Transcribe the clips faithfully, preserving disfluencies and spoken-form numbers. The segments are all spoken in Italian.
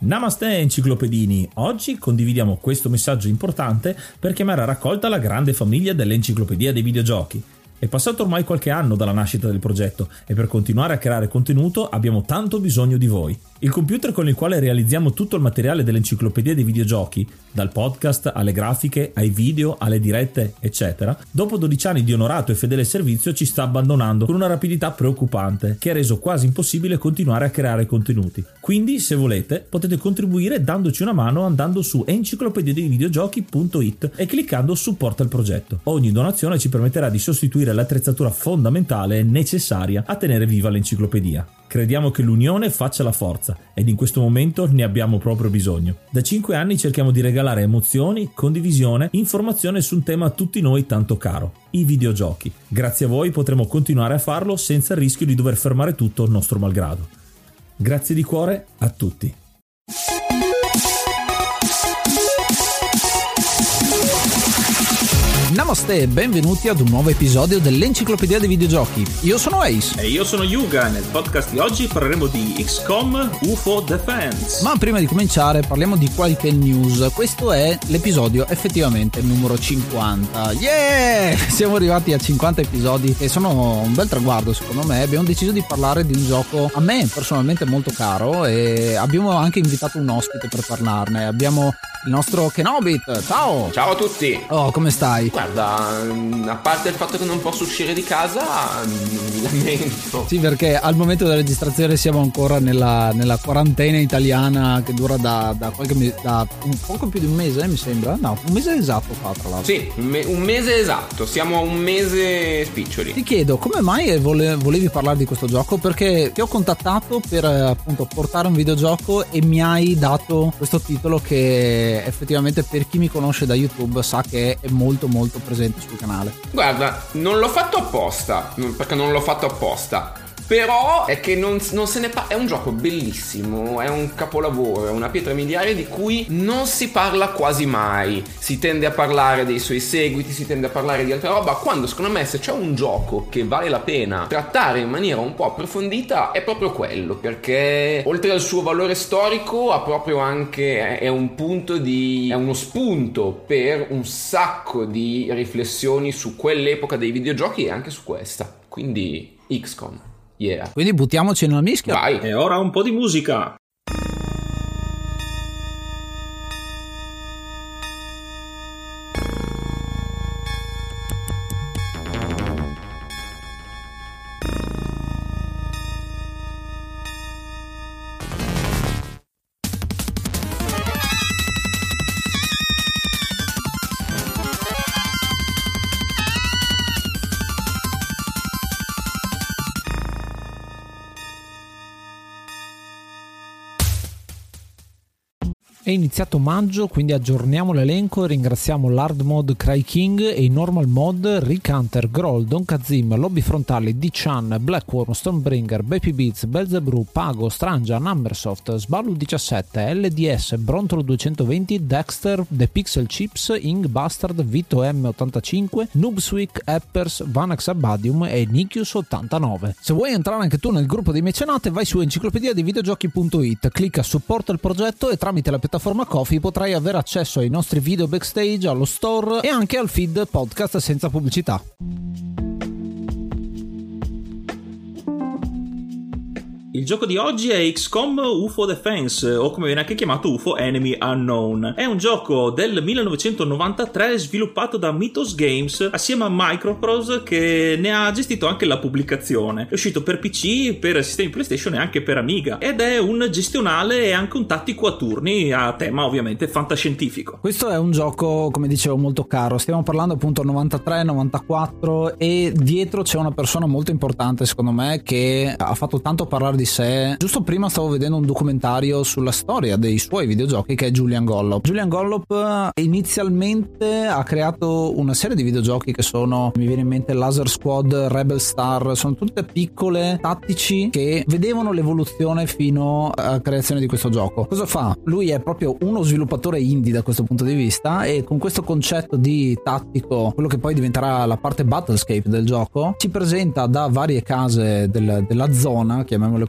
Namaste enciclopedini, oggi condividiamo questo messaggio importante per chiamare a raccolta la grande famiglia dell'Enciclopedia dei Videogiochi. È passato ormai qualche anno dalla nascita del progetto e per continuare a creare contenuto abbiamo tanto bisogno di voi. Il computer con il quale realizziamo tutto il materiale dell'Enciclopedia dei Videogiochi, dal podcast alle grafiche, ai video, alle dirette, eccetera, dopo dodici anni di onorato e fedele servizio ci sta abbandonando con una rapidità preoccupante che ha reso quasi impossibile continuare a creare contenuti. Quindi, se volete, potete contribuire dandoci una mano andando su enciclopedia dei videogiochi punto it e cliccando supporta il progetto. Ogni donazione ci permetterà di sostituire l'attrezzatura fondamentale e necessaria a tenere viva l'enciclopedia. Crediamo che l'unione faccia la forza ed in questo momento ne abbiamo proprio bisogno. Da cinque anni cerchiamo di regalare emozioni, condivisione, informazione su un tema a tutti noi tanto caro, i videogiochi. Grazie a voi potremo continuare a farlo senza il rischio di dover fermare tutto nostro malgrado. Grazie di cuore a tutti. Namaste e benvenuti ad un nuovo episodio dell'Enciclopedia dei Videogiochi. Io sono Ace. E io sono Yuga. Nel podcast di oggi parleremo di X COM U F O Defense. Ma prima di cominciare parliamo di qualche news. Questo è l'episodio effettivamente numero cinquanta. Yeah! Siamo arrivati a cinquanta episodi e sono un bel traguardo secondo me. Abbiamo deciso di parlare di un gioco a me personalmente molto caro e abbiamo anche invitato un ospite per parlarne. Abbiamo il nostro Kenobit. Ciao! Ciao a tutti! Oh, come stai? Guarda, a parte il fatto che non posso uscire di casa, mi lamento. Sì, perché al momento della registrazione siamo ancora nella, nella quarantena italiana che dura da, da qualche mese, da un poco più di un mese, mi sembra. No, un mese esatto fa, tra l'altro. Sì, un, me- un mese esatto, siamo a un mese spiccioli. Ti chiedo, come mai vole- volevi parlare di questo gioco? Perché ti ho contattato per appunto portare un videogioco e mi hai dato questo titolo che effettivamente per chi mi conosce da YouTube sa che è molto molto presente sul canale. Guarda, non l'ho fatto apposta, perché non l'ho fatto apposta, però è che non, non se ne parla. È un gioco bellissimo, è un capolavoro, è una pietra miliare di cui non si parla quasi mai. Si tende a parlare dei suoi seguiti, si tende a parlare di altra roba, quando secondo me se c'è un gioco che vale la pena trattare in maniera un po' approfondita è proprio quello, perché oltre al suo valore storico ha proprio anche è un punto di è uno spunto per un sacco di riflessioni su quell'epoca dei videogiochi e anche su questa. Quindi X COM. Yeah. Quindi buttiamoci nella mischia. Vai. E ora un po' di musica. È iniziato maggio, quindi aggiorniamo l'elenco e ringraziamo l'Hard Mode Cry King e i Normal Mode Rick Hunter, Groll, Don Kazim, Lobby Frontali, D-Chan, Blackworm, Stormbringer, Baby Beats, Belzebrew, Pago, Strangia, Numbersoft, Sballu diciassette, L D S, Brontolo duecentoventi, Dexter, The Pixel Chips, Ing Bastard, Vito M ottantacinque, Noobswick, Eppers, Vanax Abadium e Nikius ottantanove. Se vuoi entrare anche tu nel gruppo dei mecenate, vai su enciclopedia dei videogiochi punto it, clicca supporta il progetto e tramite la piattaforma Ko-fi potrai avere accesso ai nostri video backstage, allo store e anche al feed podcast senza pubblicità. Il gioco di oggi è X COM U F O Defense, o come viene anche chiamato U F O Enemy Unknown. È un gioco del millenovecentonovantatré sviluppato da Mythos Games assieme a Microprose, che ne ha gestito anche la pubblicazione. È uscito per P C, per sistemi PlayStation e anche per Amiga, ed è un gestionale e anche un tattico a turni a tema ovviamente fantascientifico. Questo è un gioco, come dicevo, molto caro. Stiamo parlando appunto novantatré novantaquattro e dietro c'è una persona molto importante secondo me che ha fatto tanto parlare di sé. Giusto prima stavo vedendo un documentario sulla storia dei suoi videogiochi, che è Julian Gollop. Julian Gollop inizialmente ha creato una serie di videogiochi che sono, mi viene in mente Laser Squad, Rebel Star, sono tutte piccole tattici che vedevano l'evoluzione fino alla creazione di questo gioco. Cosa fa? Lui è proprio uno sviluppatore indie da questo punto di vista e con questo concetto di tattico, quello che poi diventerà la parte Battlescape del gioco, si presenta da varie case del, della zona, chiamiamole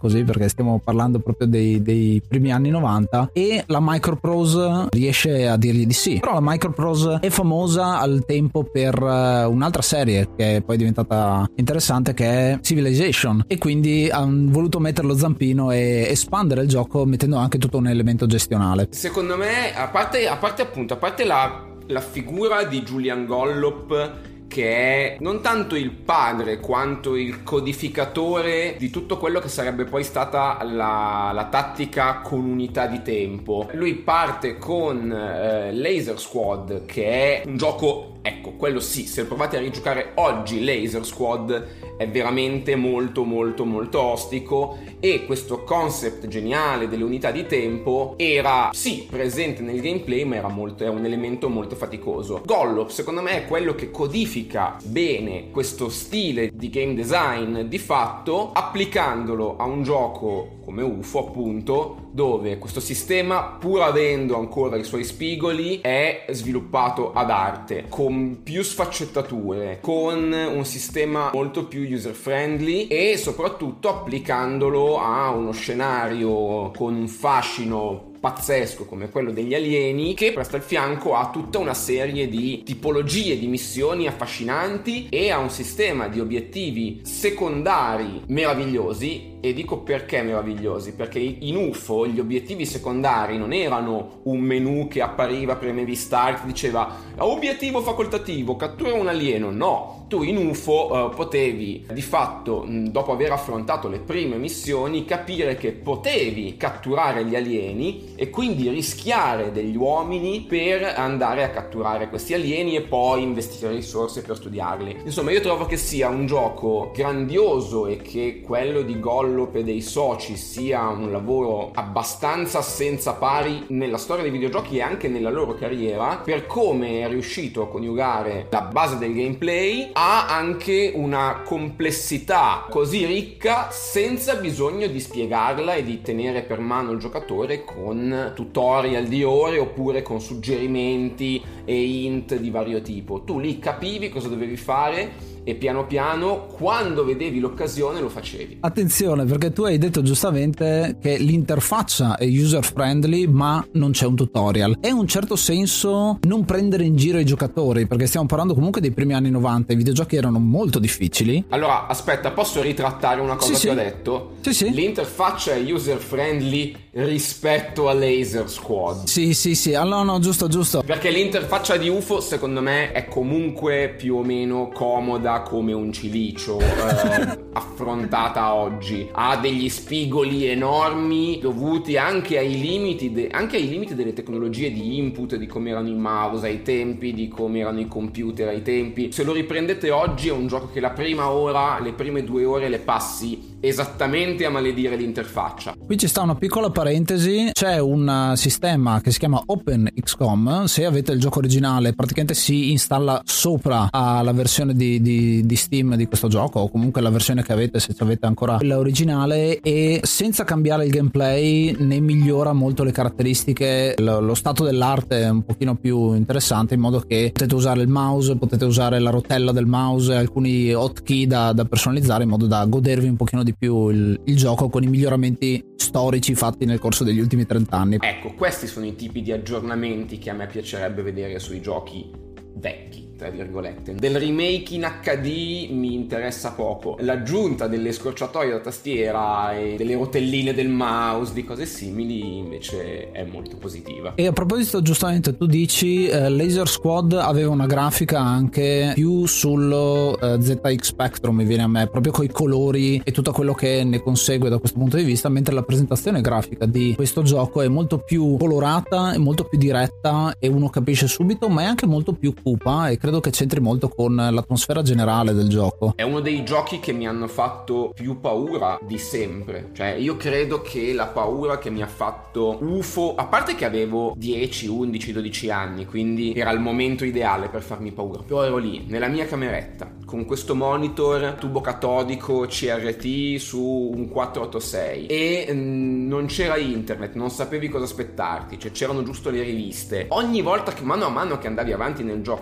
così perché stiamo parlando proprio dei, dei primi anni novanta, e la Microprose riesce a dirgli di sì. Però la Microprose è famosa al tempo per un'altra serie che è poi diventata interessante, che è Civilization, e quindi hanno voluto mettere lo zampino e espandere il gioco mettendo anche tutto un elemento gestionale. Secondo me, a parte, a parte appunto, a parte la, la figura di Julian Gollop, che è non tanto il padre quanto il codificatore di tutto quello che sarebbe poi stata la, la tattica con unità di tempo. Lui parte con eh, Laser Squad, che è un gioco, ecco, quello sì, se provate a rigiocare oggi Laser Squad è veramente molto molto molto ostico, e questo concept geniale delle unità di tempo era sì presente nel gameplay, ma era, molto, era un elemento molto faticoso. Gollop secondo me è quello che codifica bene questo stile di game design di fatto, applicandolo a un gioco come U F O appunto, dove questo sistema, pur avendo ancora i suoi spigoli, è sviluppato ad arte, con più sfaccettature, con un sistema molto più user friendly e soprattutto applicandolo a uno scenario con un fascino pazzesco come quello degli alieni, che presta il fianco a tutta una serie di tipologie di missioni affascinanti e a un sistema di obiettivi secondari meravigliosi. E dico perché meravigliosi, perché in U F O gli obiettivi secondari non erano un menu che appariva, premevi start, diceva obiettivo facoltativo, cattura un alieno. No, tu in U F O uh, potevi di fatto, mh, dopo aver affrontato le prime missioni, capire che potevi catturare gli alieni e quindi rischiare degli uomini per andare a catturare questi alieni e poi investire risorse per studiarli. Insomma, io trovo che sia un gioco grandioso e che quello di Gollop e dei soci sia un lavoro abbastanza senza pari nella storia dei videogiochi e anche nella loro carriera, per come è riuscito a coniugare la base del gameplay a anche una complessità così ricca senza bisogno di spiegarla e di tenere per mano il giocatore con tutorial di ore oppure con suggerimenti e hint di vario tipo. Tu lì capivi cosa dovevi fare e piano piano, quando vedevi l'occasione, lo facevi. Attenzione, perché tu hai detto giustamente che l'interfaccia è user friendly ma non c'è un tutorial. È un certo senso non prendere in giro i giocatori, perché stiamo parlando comunque dei primi anni novanta, i videogiochi erano molto difficili. Allora aspetta, posso ritrattare una cosa sì, che sì. ho detto? Sì, sì. L'interfaccia è user friendly rispetto a Laser Squad. Sì sì sì, allora no, giusto giusto. Perché l'interfaccia di U F O secondo me è comunque più o meno comoda come un cilicio eh, affrontata oggi. Ha degli spigoli enormi dovuti anche ai limiti de- anche ai limiti delle tecnologie di input, di come erano i mouse ai tempi, di come erano i computer ai tempi. Se lo riprendete oggi è un gioco che la prima ora, le prime due ore le passi esattamente a maledire l'interfaccia. Qui ci sta una piccola parentesi, c'è un sistema che si chiama OpenXCOM. Se avete il gioco originale praticamente si installa sopra alla versione di, di, di Steam di questo gioco, o comunque la versione che avete se avete ancora quella originale, e senza cambiare il gameplay ne migliora molto le caratteristiche. Lo, lo stato dell'arte è un pochino più interessante, in modo che potete usare il mouse, potete usare la rotella del mouse, alcuni hotkey da, da personalizzare, in modo da godervi un pochino di più il, il gioco con i miglioramenti storici fatti nel corso degli ultimi trenta anni. Ecco, questi sono i tipi di aggiornamenti che a me piacerebbe vedere sui giochi vecchi, tra virgolette. Del remake in acca di mi interessa poco. L'aggiunta delle scorciatoie da tastiera e delle rotelline del mouse, di cose simili, invece è molto positiva. E a proposito, giustamente tu dici eh, Laser Squad aveva una grafica anche più sullo eh, Z X Spectrum, mi viene a me, proprio coi colori e tutto quello che ne consegue da questo punto di vista, mentre la presentazione grafica di questo gioco è molto più colorata, è molto più diretta e uno capisce subito, ma è anche molto più cupa, e credo che c'entri molto con l'atmosfera generale del gioco. È uno dei giochi che mi hanno fatto più paura di sempre. Cioè, io credo che la paura che mi ha fatto U F O, a parte che avevo dieci, undici, dodici anni, quindi era il momento ideale per farmi paura, però ero lì nella mia cameretta con questo monitor tubo catodico C R T su un quattrocentottantasei e mh, non c'era internet, non sapevi cosa aspettarti, cioè c'erano giusto le riviste. Ogni volta che mano a mano che andavi avanti nel gioco e spuntavi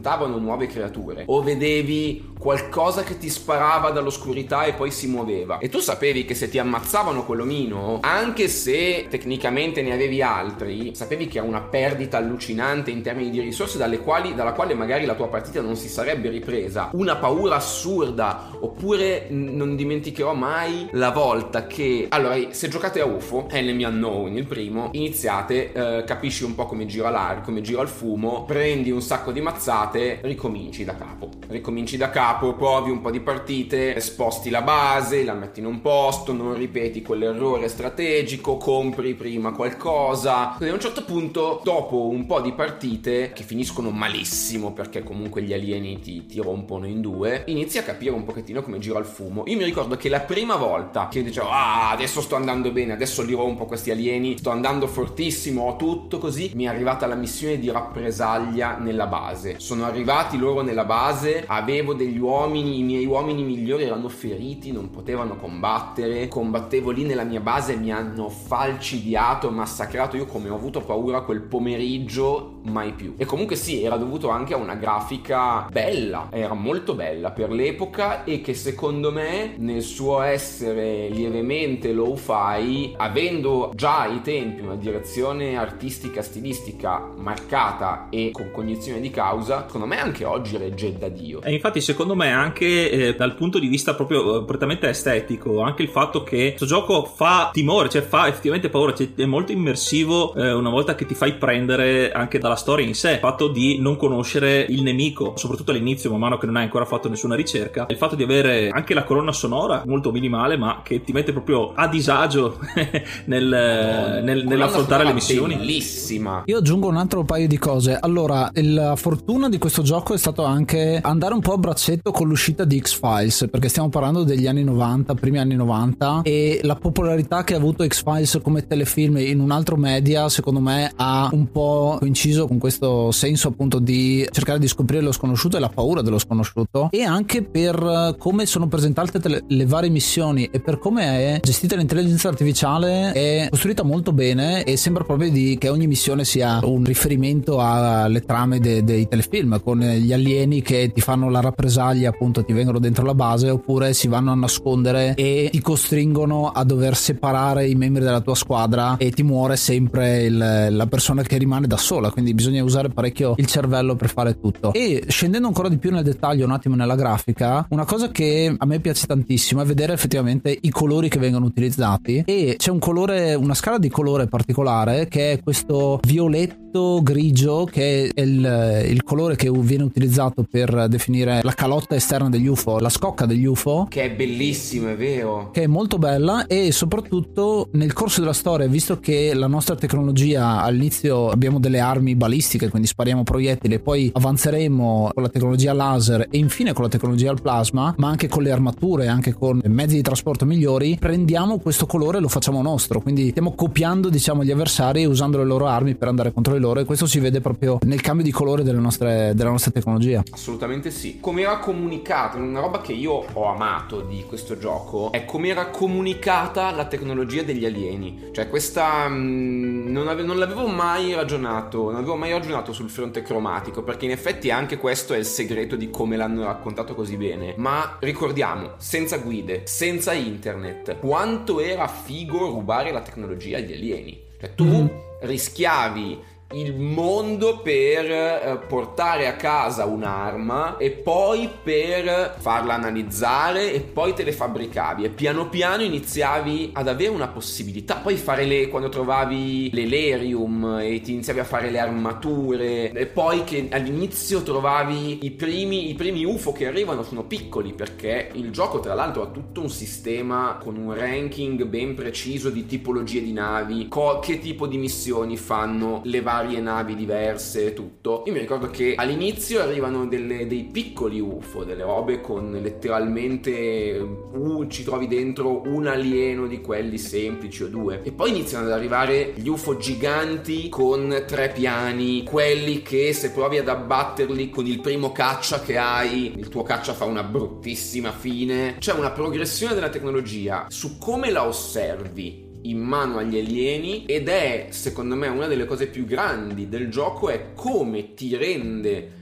diventavano nuove creature, o vedevi qualcosa che ti sparava dall'oscurità e poi si muoveva, e tu sapevi che se ti ammazzavano quell'omino, anche se tecnicamente ne avevi altri, sapevi che era una perdita allucinante in termini di risorse dalle quali, dalla quale magari la tua partita non si sarebbe ripresa, una paura assurda. Oppure n- non dimenticherò mai la volta che, allora, se giocate a U F O, Enemy Unknown, il primo, iniziate, eh, capisci un po' come gira l'arco, come gira il fumo, prendi un sacco di mazzate, ricominci da capo ricominci da capo, provi un po' di partite, sposti la base, la metti in un posto, non ripeti quell'errore strategico, compri prima qualcosa. E a un certo punto, dopo un po' di partite che finiscono malissimo perché comunque gli alieni ti, ti rompono in due, inizi a capire un pochettino come gira il fumo. Io mi ricordo che la prima volta che dicevo ah adesso sto andando bene, adesso li rompo questi alieni, sto andando fortissimo, ho tutto così, mi è arrivata la missione di rappresaglia nella base. Sono arrivati loro nella base, avevo degli uomini, i miei uomini migliori erano feriti, non potevano combattere, combattevo lì nella mia base, mi hanno falcidiato, massacrato. Io come ho avuto paura quel pomeriggio, mai più. E comunque sì, era dovuto anche a una grafica bella, era molto bella per l'epoca, e che secondo me nel suo essere lievemente low-fi, avendo già ai tempi una direzione artistica stilistica marcata e con cognizione di causa, secondo me anche oggi regge da Dio. E infatti secondo me anche eh, dal punto di vista proprio eh, prettamente estetico, anche il fatto che questo gioco fa timore, cioè fa effettivamente paura, cioè è molto immersivo eh, una volta che ti fai prendere anche dalla storia in sé, il fatto di non conoscere il nemico, soprattutto all'inizio, man mano che non hai ancora fatto nessuna ricerca, il fatto di avere anche la colonna sonora molto minimale ma che ti mette proprio a disagio nel, no, nel, nell'affrontare le missioni. Bellissima. Io aggiungo un altro paio di cose. Allora, la fortuna di questo gioco è stato anche andare un po' a braccetto con l'uscita di X-Files, perché stiamo parlando degli anni novanta, primi anni novanta, e la popolarità che ha avuto X-Files come telefilm in un altro media secondo me ha un po' coinciso con questo senso appunto di cercare di scoprire lo sconosciuto e la paura dello sconosciuto, e anche per come sono presentate le, le varie missioni e per come è gestita l'intelligenza artificiale. È costruita molto bene e sembra proprio di, che ogni missione sia un riferimento alle trame de, dei telefilm, con gli alieni che ti fanno la rappresaglia, appunto ti vengono dentro la base oppure si vanno a nascondere e ti costringono a dover separare i membri della tua squadra e ti muore sempre il, la persona che rimane da sola, quindi bisogna usare parecchio il cervello per fare tutto. E scendendo ancora di più nel dettaglio un attimo nella grafica, una cosa che a me piace tantissimo è vedere effettivamente i colori che vengono utilizzati, e c'è un colore, una scala di colore particolare che è questo violetto grigio, che è il, il colore che viene utilizzato per definire la calotta esterna degli U F O, la scocca degli U F O, che è bellissimo, è vero, che è molto bella. E soprattutto nel corso della storia, visto che la nostra tecnologia, all'inizio abbiamo delle armi balistiche, quindi spariamo proiettili, e poi avanzeremo con la tecnologia laser e infine con la tecnologia al plasma, ma anche con le armature, anche con mezzi di trasporto migliori, prendiamo questo colore e lo facciamo nostro, quindi stiamo copiando diciamo gli avversari e usando le loro armi per andare contro di loro, e questo si vede proprio nel cambio di colore delle nostre, della nostra tecnologia. Assolutamente sì. Come era comunicato, una roba che io ho amato di questo gioco è come era comunicata la tecnologia degli alieni, cioè questa mh, non, ave, non l'avevo mai ragionato non avevo mai ragionato sul fronte cromatico, perché in effetti anche questo è il segreto di come l'hanno raccontato così bene. Ma ricordiamo, senza guide, senza internet, quanto era figo rubare la tecnologia agli alieni. Cioè tu mm. rischiavi il mondo per eh, portare a casa un'arma e poi per farla analizzare, e poi te le fabbricavi e piano piano iniziavi ad avere una possibilità, poi fare le, quando trovavi l'Elerium e ti iniziavi a fare le armature, e poi che all'inizio trovavi i primi i primi U F O che arrivano sono piccoli, perché il gioco tra l'altro ha tutto un sistema con un ranking ben preciso di tipologie di navi, co- che tipo di missioni fanno le varie navi diverse, tutto. Io mi ricordo che all'inizio arrivano delle, dei piccoli U F O, delle robe con letteralmente uh, ci trovi dentro un alieno di quelli semplici o due, e poi iniziano ad arrivare gli U F O giganti con tre piani, quelli che se provi ad abbatterli con il primo caccia che hai, il tuo caccia fa una bruttissima fine. C'è una progressione della tecnologia su come la osservi in mano agli alieni, ed è secondo me una delle cose più grandi del gioco, è come ti rende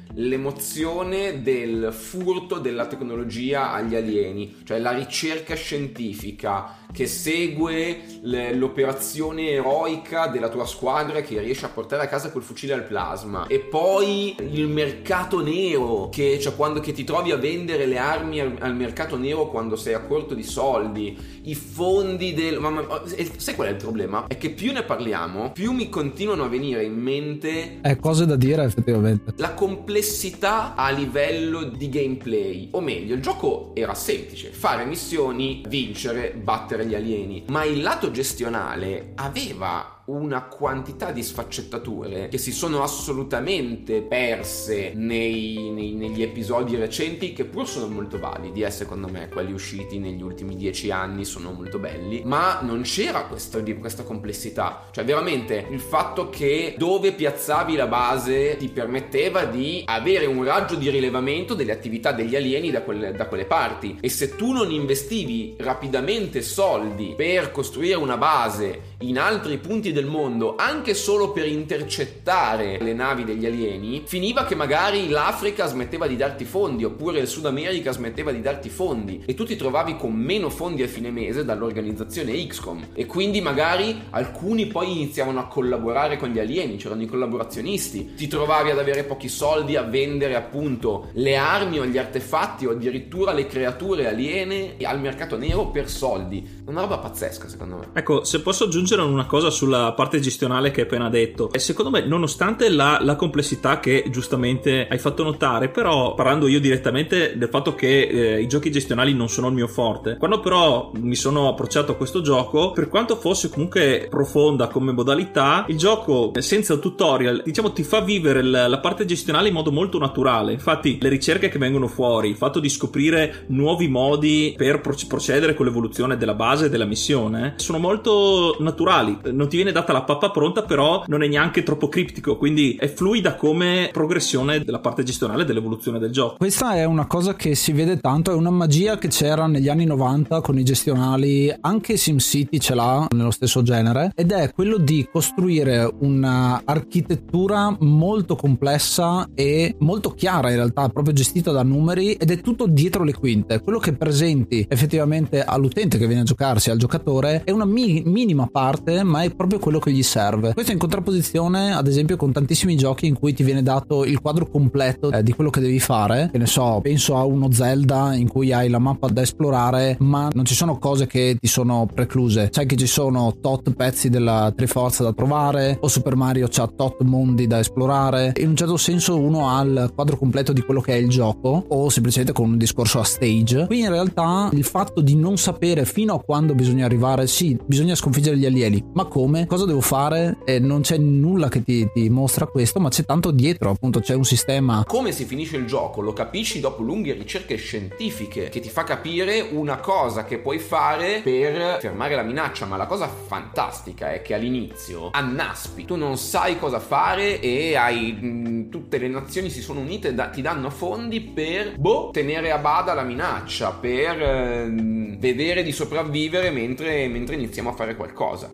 l'emozione del furto della tecnologia agli alieni, cioè la ricerca scientifica che segue le, l'operazione eroica della tua squadra che riesce a portare a casa quel fucile al plasma, e poi il mercato nero che, cioè quando che ti trovi a vendere le armi al, al mercato nero quando sei a corto di soldi, i fondi del... Ma, ma, sai qual è il problema? È che più ne parliamo, più mi continuano a venire in mente è cose da dire effettivamente. La complessità a livello di gameplay, o meglio, il gioco era semplice: fare missioni, vincere, battere gli alieni, ma il lato gestionale aveva una quantità di sfaccettature che si sono assolutamente perse nei, nei, negli episodi recenti, che pur sono molto validi, eh, secondo me quelli usciti negli ultimi dieci anni sono molto belli, ma non c'era questo, di questa complessità. Cioè veramente il fatto che dove piazzavi la base ti permetteva di avere un raggio di rilevamento delle attività degli alieni da quelle, da quelle parti, e se tu non investivi rapidamente soldi per costruire una base in altri punti del mondo, anche solo per intercettare le navi degli alieni, finiva che magari l'Africa smetteva di darti fondi, oppure il Sud America smetteva di darti fondi, e tu ti trovavi con meno fondi a fine mese dall'organizzazione X COM, e quindi magari alcuni poi iniziavano a collaborare con gli alieni, c'erano i collaborazionisti, ti trovavi ad avere pochi soldi a vendere appunto le armi o gli artefatti o addirittura le creature aliene al mercato nero per soldi. Una roba pazzesca, secondo me. Ecco, se posso aggiungere una cosa sulla parte gestionale che hai appena detto, e secondo me, nonostante la, la complessità che giustamente hai fatto notare, però parlando io direttamente del fatto che eh, i giochi gestionali non sono il mio forte, quando però mi sono approcciato a questo gioco, per quanto fosse comunque profonda come modalità, il gioco senza tutorial, diciamo, ti fa vivere l- la parte gestionale in modo molto naturale. Infatti le ricerche che vengono fuori, il fatto di scoprire nuovi modi per pro- procedere con l'evoluzione della base e della missione, sono molto naturali. Non ti viene data la pappa pronta, però non è neanche troppo criptico, quindi è fluida come progressione della parte gestionale dell'evoluzione del gioco. Questa è una cosa che si vede tanto, è una magia che c'era negli anni novanta con i gestionali, anche SimCity ce l'ha nello stesso genere, ed è quello di costruire una architettura molto complessa e molto chiara, in realtà proprio gestita da numeri, ed è tutto dietro le quinte. Quello che presenti effettivamente all'utente che viene a giocarsi, al giocatore, è una mi- minima parte, ma è proprio quello che gli serve. Questo in contrapposizione ad esempio con tantissimi giochi in cui ti viene dato il quadro completo eh, di quello che devi fare, che ne so, penso a uno Zelda in cui hai la mappa da esplorare ma non ci sono cose che ti sono precluse, sai che ci sono tot pezzi della Triforce da trovare, o Super Mario c'ha tot mondi da esplorare. In un certo senso uno ha il quadro completo di quello che è il gioco, o semplicemente con un discorso a stage. Qui in realtà il fatto di non sapere fino a quando bisogna arrivare, sì, bisogna sconfiggere gli alieni, ma come? Cosa devo fare? Eh, non c'è nulla che ti, ti mostra questo, ma c'è tanto dietro, appunto c'è un sistema. Come si finisce il gioco lo capisci dopo lunghe ricerche scientifiche, che ti fa capire una cosa che puoi fare per fermare la minaccia. Ma la cosa fantastica è che all'inizio annaspi, tu non sai cosa fare e hai mh, tutte le nazioni si sono unite, da, ti danno fondi per boh, tenere a bada la minaccia, per eh, vedere di sopravvivere mentre, mentre iniziamo a fare qualcosa.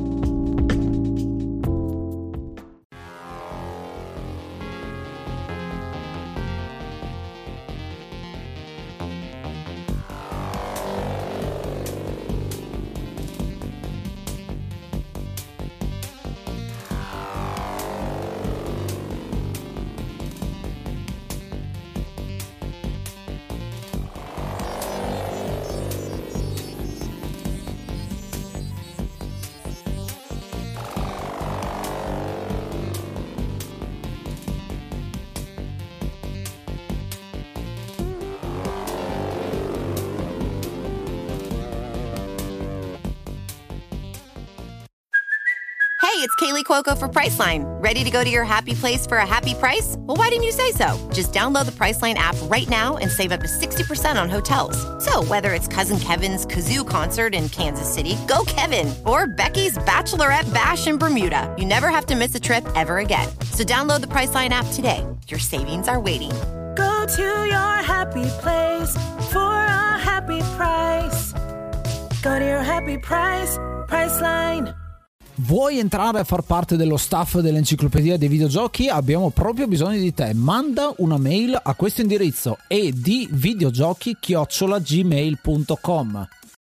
Hey, it's Kaylee Cuoco for Priceline. Ready to go to your happy place for a happy price? Well, why didn't you say so? Just download the Priceline app right now and save up to sixty percent on hotels. So whether it's Cousin Kevin's Kazoo Concert in Kansas City, go Kevin, or Becky's Bachelorette Bash in Bermuda, you never have to miss a trip ever again. So download the Priceline app today. Your savings are waiting. Go to your happy place for a happy price. Go to your happy price, Priceline. Vuoi entrare a far parte dello staff dell'Enciclopedia dei Videogiochi? Abbiamo proprio bisogno di te. Manda una mail a questo indirizzo e di videogiochi chiocciola gmail punto com.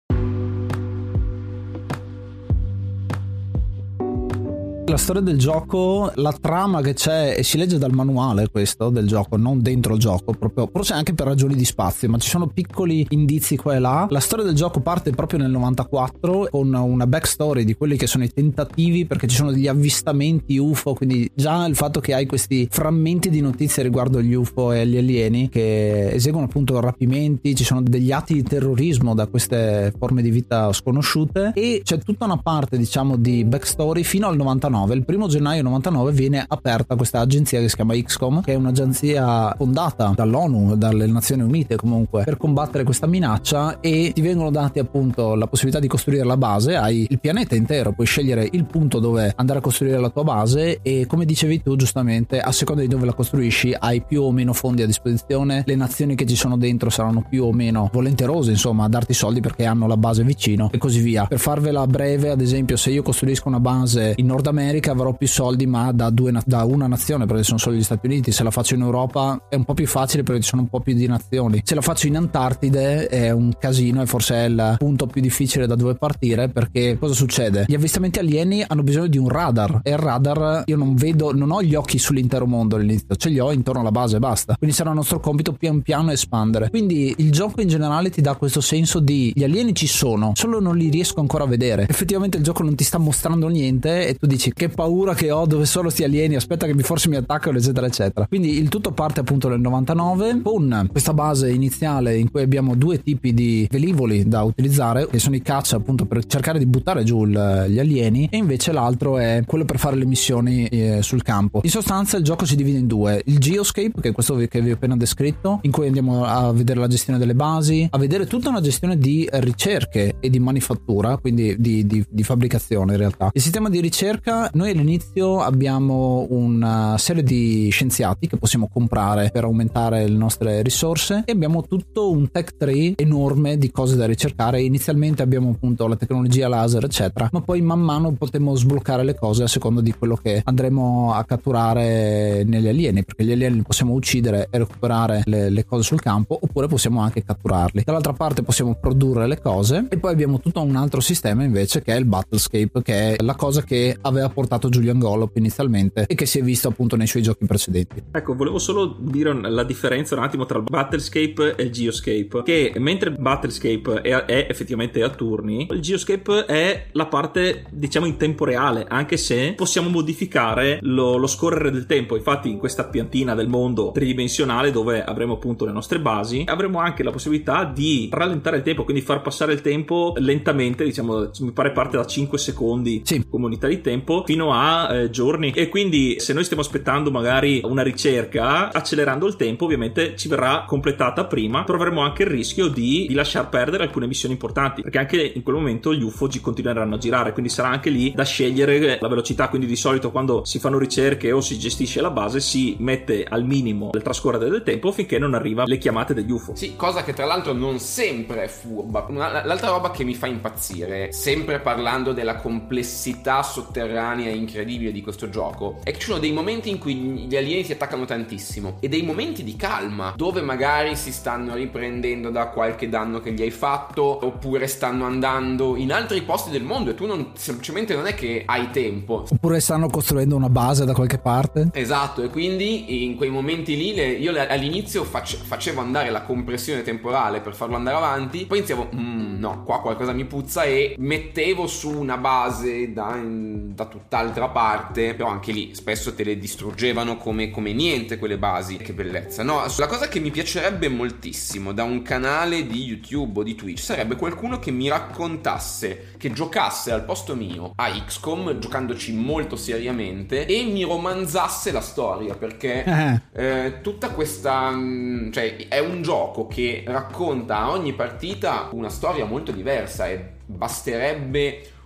La storia del gioco, la trama che c'è, e si legge dal manuale questo del gioco, non dentro il gioco, proprio forse anche per ragioni di spazio, ma ci sono piccoli indizi qua e là. La storia del gioco parte proprio nel novantaquattro con una backstory di quelli che sono i tentativi, perché ci sono degli avvistamenti U F O, quindi già il fatto che hai questi frammenti di notizie riguardo gli U F O e gli alieni che eseguono appunto rapimenti, ci sono degli atti di terrorismo da queste forme di vita sconosciute, e c'è tutta una parte diciamo di backstory fino al novantanove. Il primo gennaio novantanove viene aperta questa agenzia che si chiama X COM, che è un'agenzia fondata dall'ONU, dalle Nazioni Unite comunque, per combattere questa minaccia, e ti vengono dati appunto la possibilità di costruire la base. Hai il pianeta intero, puoi scegliere il punto dove andare a costruire la tua base, e come dicevi tu giustamente, a seconda di dove la costruisci hai più o meno fondi a disposizione, le nazioni che ci sono dentro saranno più o meno volenterose insomma a darti soldi perché hanno la base vicino e così via. Per farvela breve, ad esempio, se io costruisco una base in Nord America avrò più soldi, ma da, due, da una nazione, perché sono solo gli Stati Uniti. Se la faccio in Europa è un po' più facile perché ci sono un po' più di nazioni. Se la faccio in Antartide è un casino, e forse è il punto più difficile da dove partire, perché cosa succede? Gli avvistamenti alieni hanno bisogno di un radar, e il radar io non vedo, non ho gli occhi sull'intero mondo all'inizio, ce li ho intorno alla base e basta. Quindi sarà il nostro compito pian piano espandere. Quindi il gioco in generale ti dà questo senso di gli alieni ci sono, solo non li riesco ancora a vedere. Effettivamente il gioco non ti sta mostrando niente e tu dici che paura che ho, dove sono sti alieni, aspetta che mi forse mi attaccano eccetera eccetera. Quindi il tutto parte appunto nel novantanove con questa base iniziale in cui abbiamo due tipi di velivoli da utilizzare, che sono i caccia appunto per cercare di buttare giù il, gli alieni, e invece l'altro è quello per fare le missioni eh, sul campo. In sostanza il gioco si divide in due: il Geoscape, che è questo che vi ho appena descritto, in cui andiamo a vedere la gestione delle basi, a vedere tutta una gestione di ricerche e di manifattura, quindi di, di, di fabbricazione in realtà. Il sistema di ricerca, noi all'inizio abbiamo una serie di scienziati che possiamo comprare per aumentare le nostre risorse, e abbiamo tutto un tech tree enorme di cose da ricercare. Inizialmente abbiamo appunto la tecnologia laser eccetera, ma poi man mano potremo sbloccare le cose a seconda di quello che andremo a catturare negli alieni, perché gli alieni li possiamo uccidere e recuperare le, le cose sul campo, oppure possiamo anche catturarli. Dall'altra parte possiamo produrre le cose, e poi abbiamo tutto un altro sistema invece che è il Battlescape, che è la cosa che aveva portato Julian Gollop inizialmente e che si è visto appunto nei suoi giochi precedenti. Ecco, volevo solo dire la differenza un attimo tra il Battlescape e il Geoscape, che mentre il Battlescape è, è effettivamente a turni, il Geoscape è la parte diciamo in tempo reale, anche se possiamo modificare lo, lo scorrere del tempo. Infatti in questa piantina del mondo tridimensionale dove avremo appunto le nostre basi, avremo anche la possibilità di rallentare il tempo, quindi far passare il tempo lentamente, diciamo mi pare parte da cinque secondi sì. come unità di tempo fino a eh, giorni, e quindi se noi stiamo aspettando magari una ricerca, accelerando il tempo ovviamente ci verrà completata prima, però avremo anche il rischio di, di lasciar perdere alcune missioni importanti, perché anche in quel momento gli U F O continueranno a girare, quindi sarà anche lì da scegliere la velocità. Quindi di solito quando si fanno ricerche o si gestisce la base si mette al minimo il trascorrere del tempo finché non arriva le chiamate degli U F O. Sì, cosa che tra l'altro non sempre è furba. L'altra roba che mi fa impazzire, sempre parlando della complessità sotterranea e incredibile di questo gioco, è che ci sono dei momenti in cui gli alieni si attaccano tantissimo e dei momenti di calma dove magari si stanno riprendendo da qualche danno che gli hai fatto, oppure stanno andando in altri posti del mondo e tu non, semplicemente non è che hai tempo, oppure stanno costruendo una base da qualche parte. Esatto, e quindi in quei momenti lì le, io all'inizio face, facevo andare la compressione temporale per farlo andare avanti, poi iniziavo mm, no, qua qualcosa mi puzza, e mettevo su una base da, da tutt'altra parte, però anche lì spesso te le distruggevano come, come niente quelle basi. Che bellezza. No, la cosa che mi piacerebbe moltissimo da un canale di YouTube o di Twitch sarebbe qualcuno che mi raccontasse, che giocasse al posto mio a X COM, giocandoci molto seriamente, e mi romanzasse la storia, perché eh. Eh, tutta questa cioè è un gioco che racconta a ogni partita una storia molto diversa, e basterebbe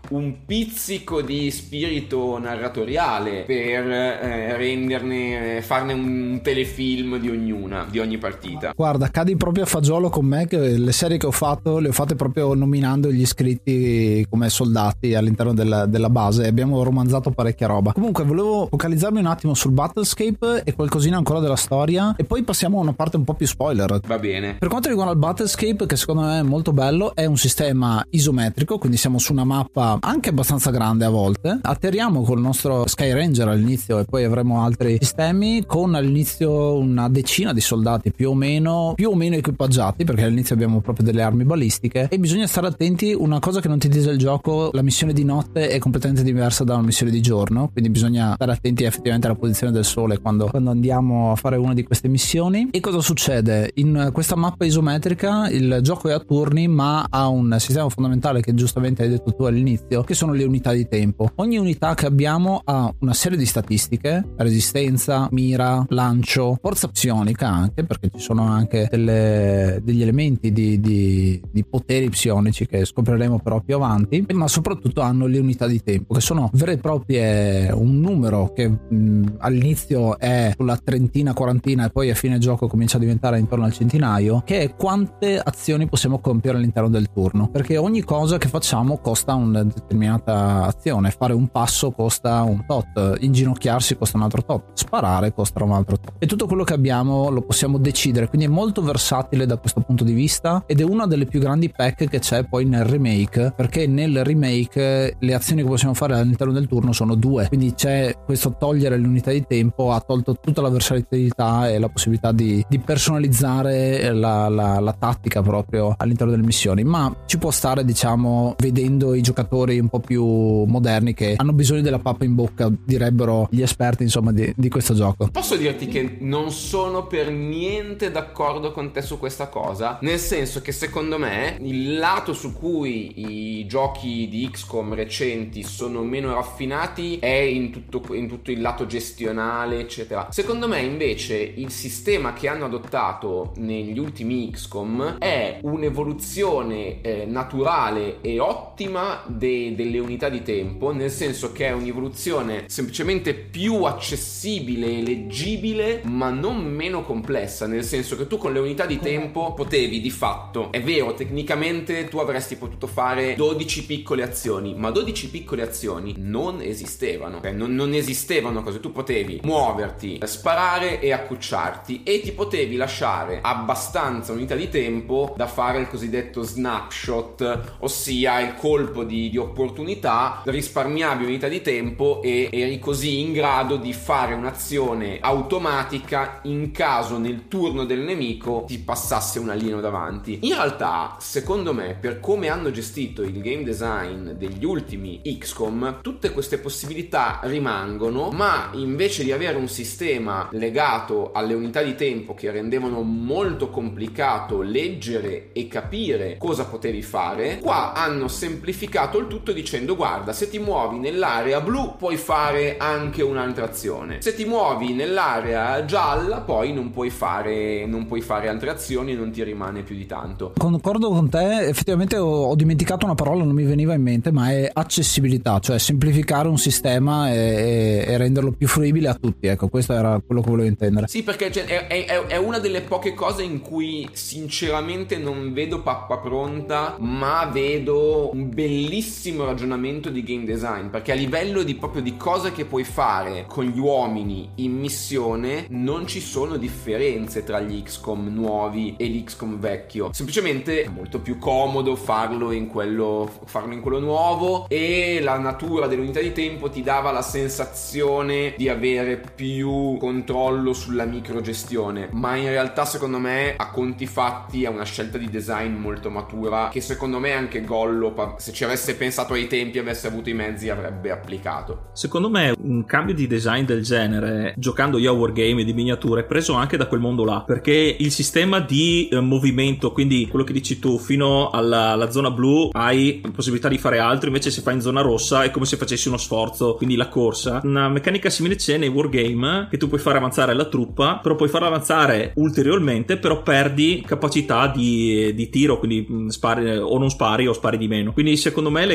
un pizzico di spirito narratoriale per eh, renderne, farne un telefilm di ognuna, di ogni partita. Guarda, cadi proprio a fagiolo con me, che le serie che ho fatto le ho fatte proprio nominando gli iscritti come soldati all'interno della, della base, e abbiamo romanzato parecchia roba. Comunque volevo focalizzarmi un attimo sul Battlescape e qualcosina ancora della storia, e poi passiamo a una parte un po' più spoiler. Va bene. Per quanto riguarda il Battlescape, che secondo me è molto bello, è un sistema isometrico, quindi siamo su una mappa anche abbastanza grande a volte. Atterriamo col nostro Sky Ranger all'inizio e poi avremo altri sistemi con all'inizio una decina di soldati più o meno più o meno equipaggiati, perché all'inizio abbiamo proprio delle armi balistiche, e bisogna stare attenti. Una cosa che non ti dice il gioco: la missione di notte è completamente diversa da una missione di giorno, quindi bisogna stare attenti effettivamente alla posizione del sole quando, quando andiamo a fare una di queste missioni. E cosa succede? In questa mappa isometrica il gioco è a turni, ma ha un sistema fondamentale che giustamente hai detto tu all'inizio, che sono le unità di tempo. Ogni unità che abbiamo ha una serie di statistiche: resistenza, mira, lancio, forza psionica, anche perché ci sono anche delle, degli elementi di, di, di poteri psionici che scopriremo però più avanti, ma soprattutto hanno le unità di tempo, che sono vere e proprie un numero che mh, all'inizio è sulla trentina, quarantina e poi a fine gioco comincia a diventare intorno al centinaio, che è quante azioni possiamo compiere all'interno del turno, perché ogni cosa che facciamo costa una determinata azione. Fare un passo costa un tot, inginocchiarsi costa un altro tot, sparare costa un altro tot, e tutto quello che abbiamo lo possiamo decidere, quindi è molto versatile da questo punto di vista, ed è una delle più grandi pack che c'è poi nel remake, perché nel remake le azioni che possiamo fare all'interno del turno sono due, quindi c'è questo togliere l'unità di tempo, ha tolto tutta la versatilità e la possibilità di, di personalizzare la, la, la tattica proprio all'interno delle missioni, ma ci può stare, diciamo, vedendo i giocatori un po' più moderni che hanno bisogno della pappa in bocca, direbbero gli esperti, insomma, di, di questo gioco. Posso dirti che non sono per niente d'accordo con te su questa cosa, nel senso che secondo me il lato su cui i giochi di X COM recenti sono meno raffinati è in tutto, in tutto il lato gestionale, eccetera. Secondo me invece il sistema che hanno adottato negli ultimi X COM è un'evoluzione eh, naturale e ottima de- delle unità di tempo, nel senso che è un'evoluzione semplicemente più accessibile e leggibile, ma non meno complessa, nel senso che tu con le unità di tempo potevi di fatto, è vero, tecnicamente tu avresti potuto fare dodici piccole azioni, ma dodici piccole azioni non esistevano, okay? non, non esistevano cose. Tu potevi muoverti, sparare e accucciarti, e ti potevi lasciare abbastanza unità di tempo da fare il cosiddetto snapshot, ossia il colpo di, di opportunità. Risparmiavi unità di tempo e eri così in grado di fare un'azione automatica in caso nel turno del nemico ti passasse un alieno davanti. In realtà, secondo me, per come hanno gestito il game design degli ultimi X COM, tutte queste possibilità rimangono, ma invece di avere un sistema legato alle unità di tempo che rendevano molto complicato leggere e capire cosa potevi fare, qua hanno semplificato il tutto dicendo: guarda, se ti muovi nell'area blu puoi fare anche un'altra azione, se ti muovi nell'area gialla poi non puoi fare non puoi fare altre azioni e non ti rimane più di tanto. Concordo con te, effettivamente ho, ho dimenticato una parola, non mi veniva in mente, ma è accessibilità, cioè semplificare un sistema e, e renderlo più fruibile a tutti. Ecco, questo era quello che volevo intendere. Sì, perché cioè, è, è, è una delle poche cose in cui sinceramente non vedo pappa pronta, ma vedo un bellissimo ragionamento di game design, perché a livello di proprio di cose che puoi fare con gli uomini in missione non ci sono differenze tra gli X COM nuovi e l'X COM vecchio, semplicemente è molto più comodo farlo in quello farlo in quello nuovo, e la natura dell'unità di tempo ti dava la sensazione di avere più controllo sulla microgestione, ma in realtà secondo me a conti fatti è una scelta di design molto matura che secondo me anche Gollo, se ci avesse pensato ai tempi, avesse avuto i mezzi, avrebbe applicato. Secondo me un cambio di design del genere, giocando io a wargame di miniature, è preso anche da quel mondo là, perché il sistema di eh, movimento, quindi quello che dici tu, fino alla, alla zona blu hai possibilità di fare altro, invece se fai in zona rossa è come se facessi uno sforzo, quindi la corsa. Una meccanica simile c'è nei wargame, che tu puoi fare avanzare la truppa, però puoi farla avanzare ulteriormente, però perdi capacità di, di tiro, quindi spari o non spari o spari di meno. Quindi secondo me le,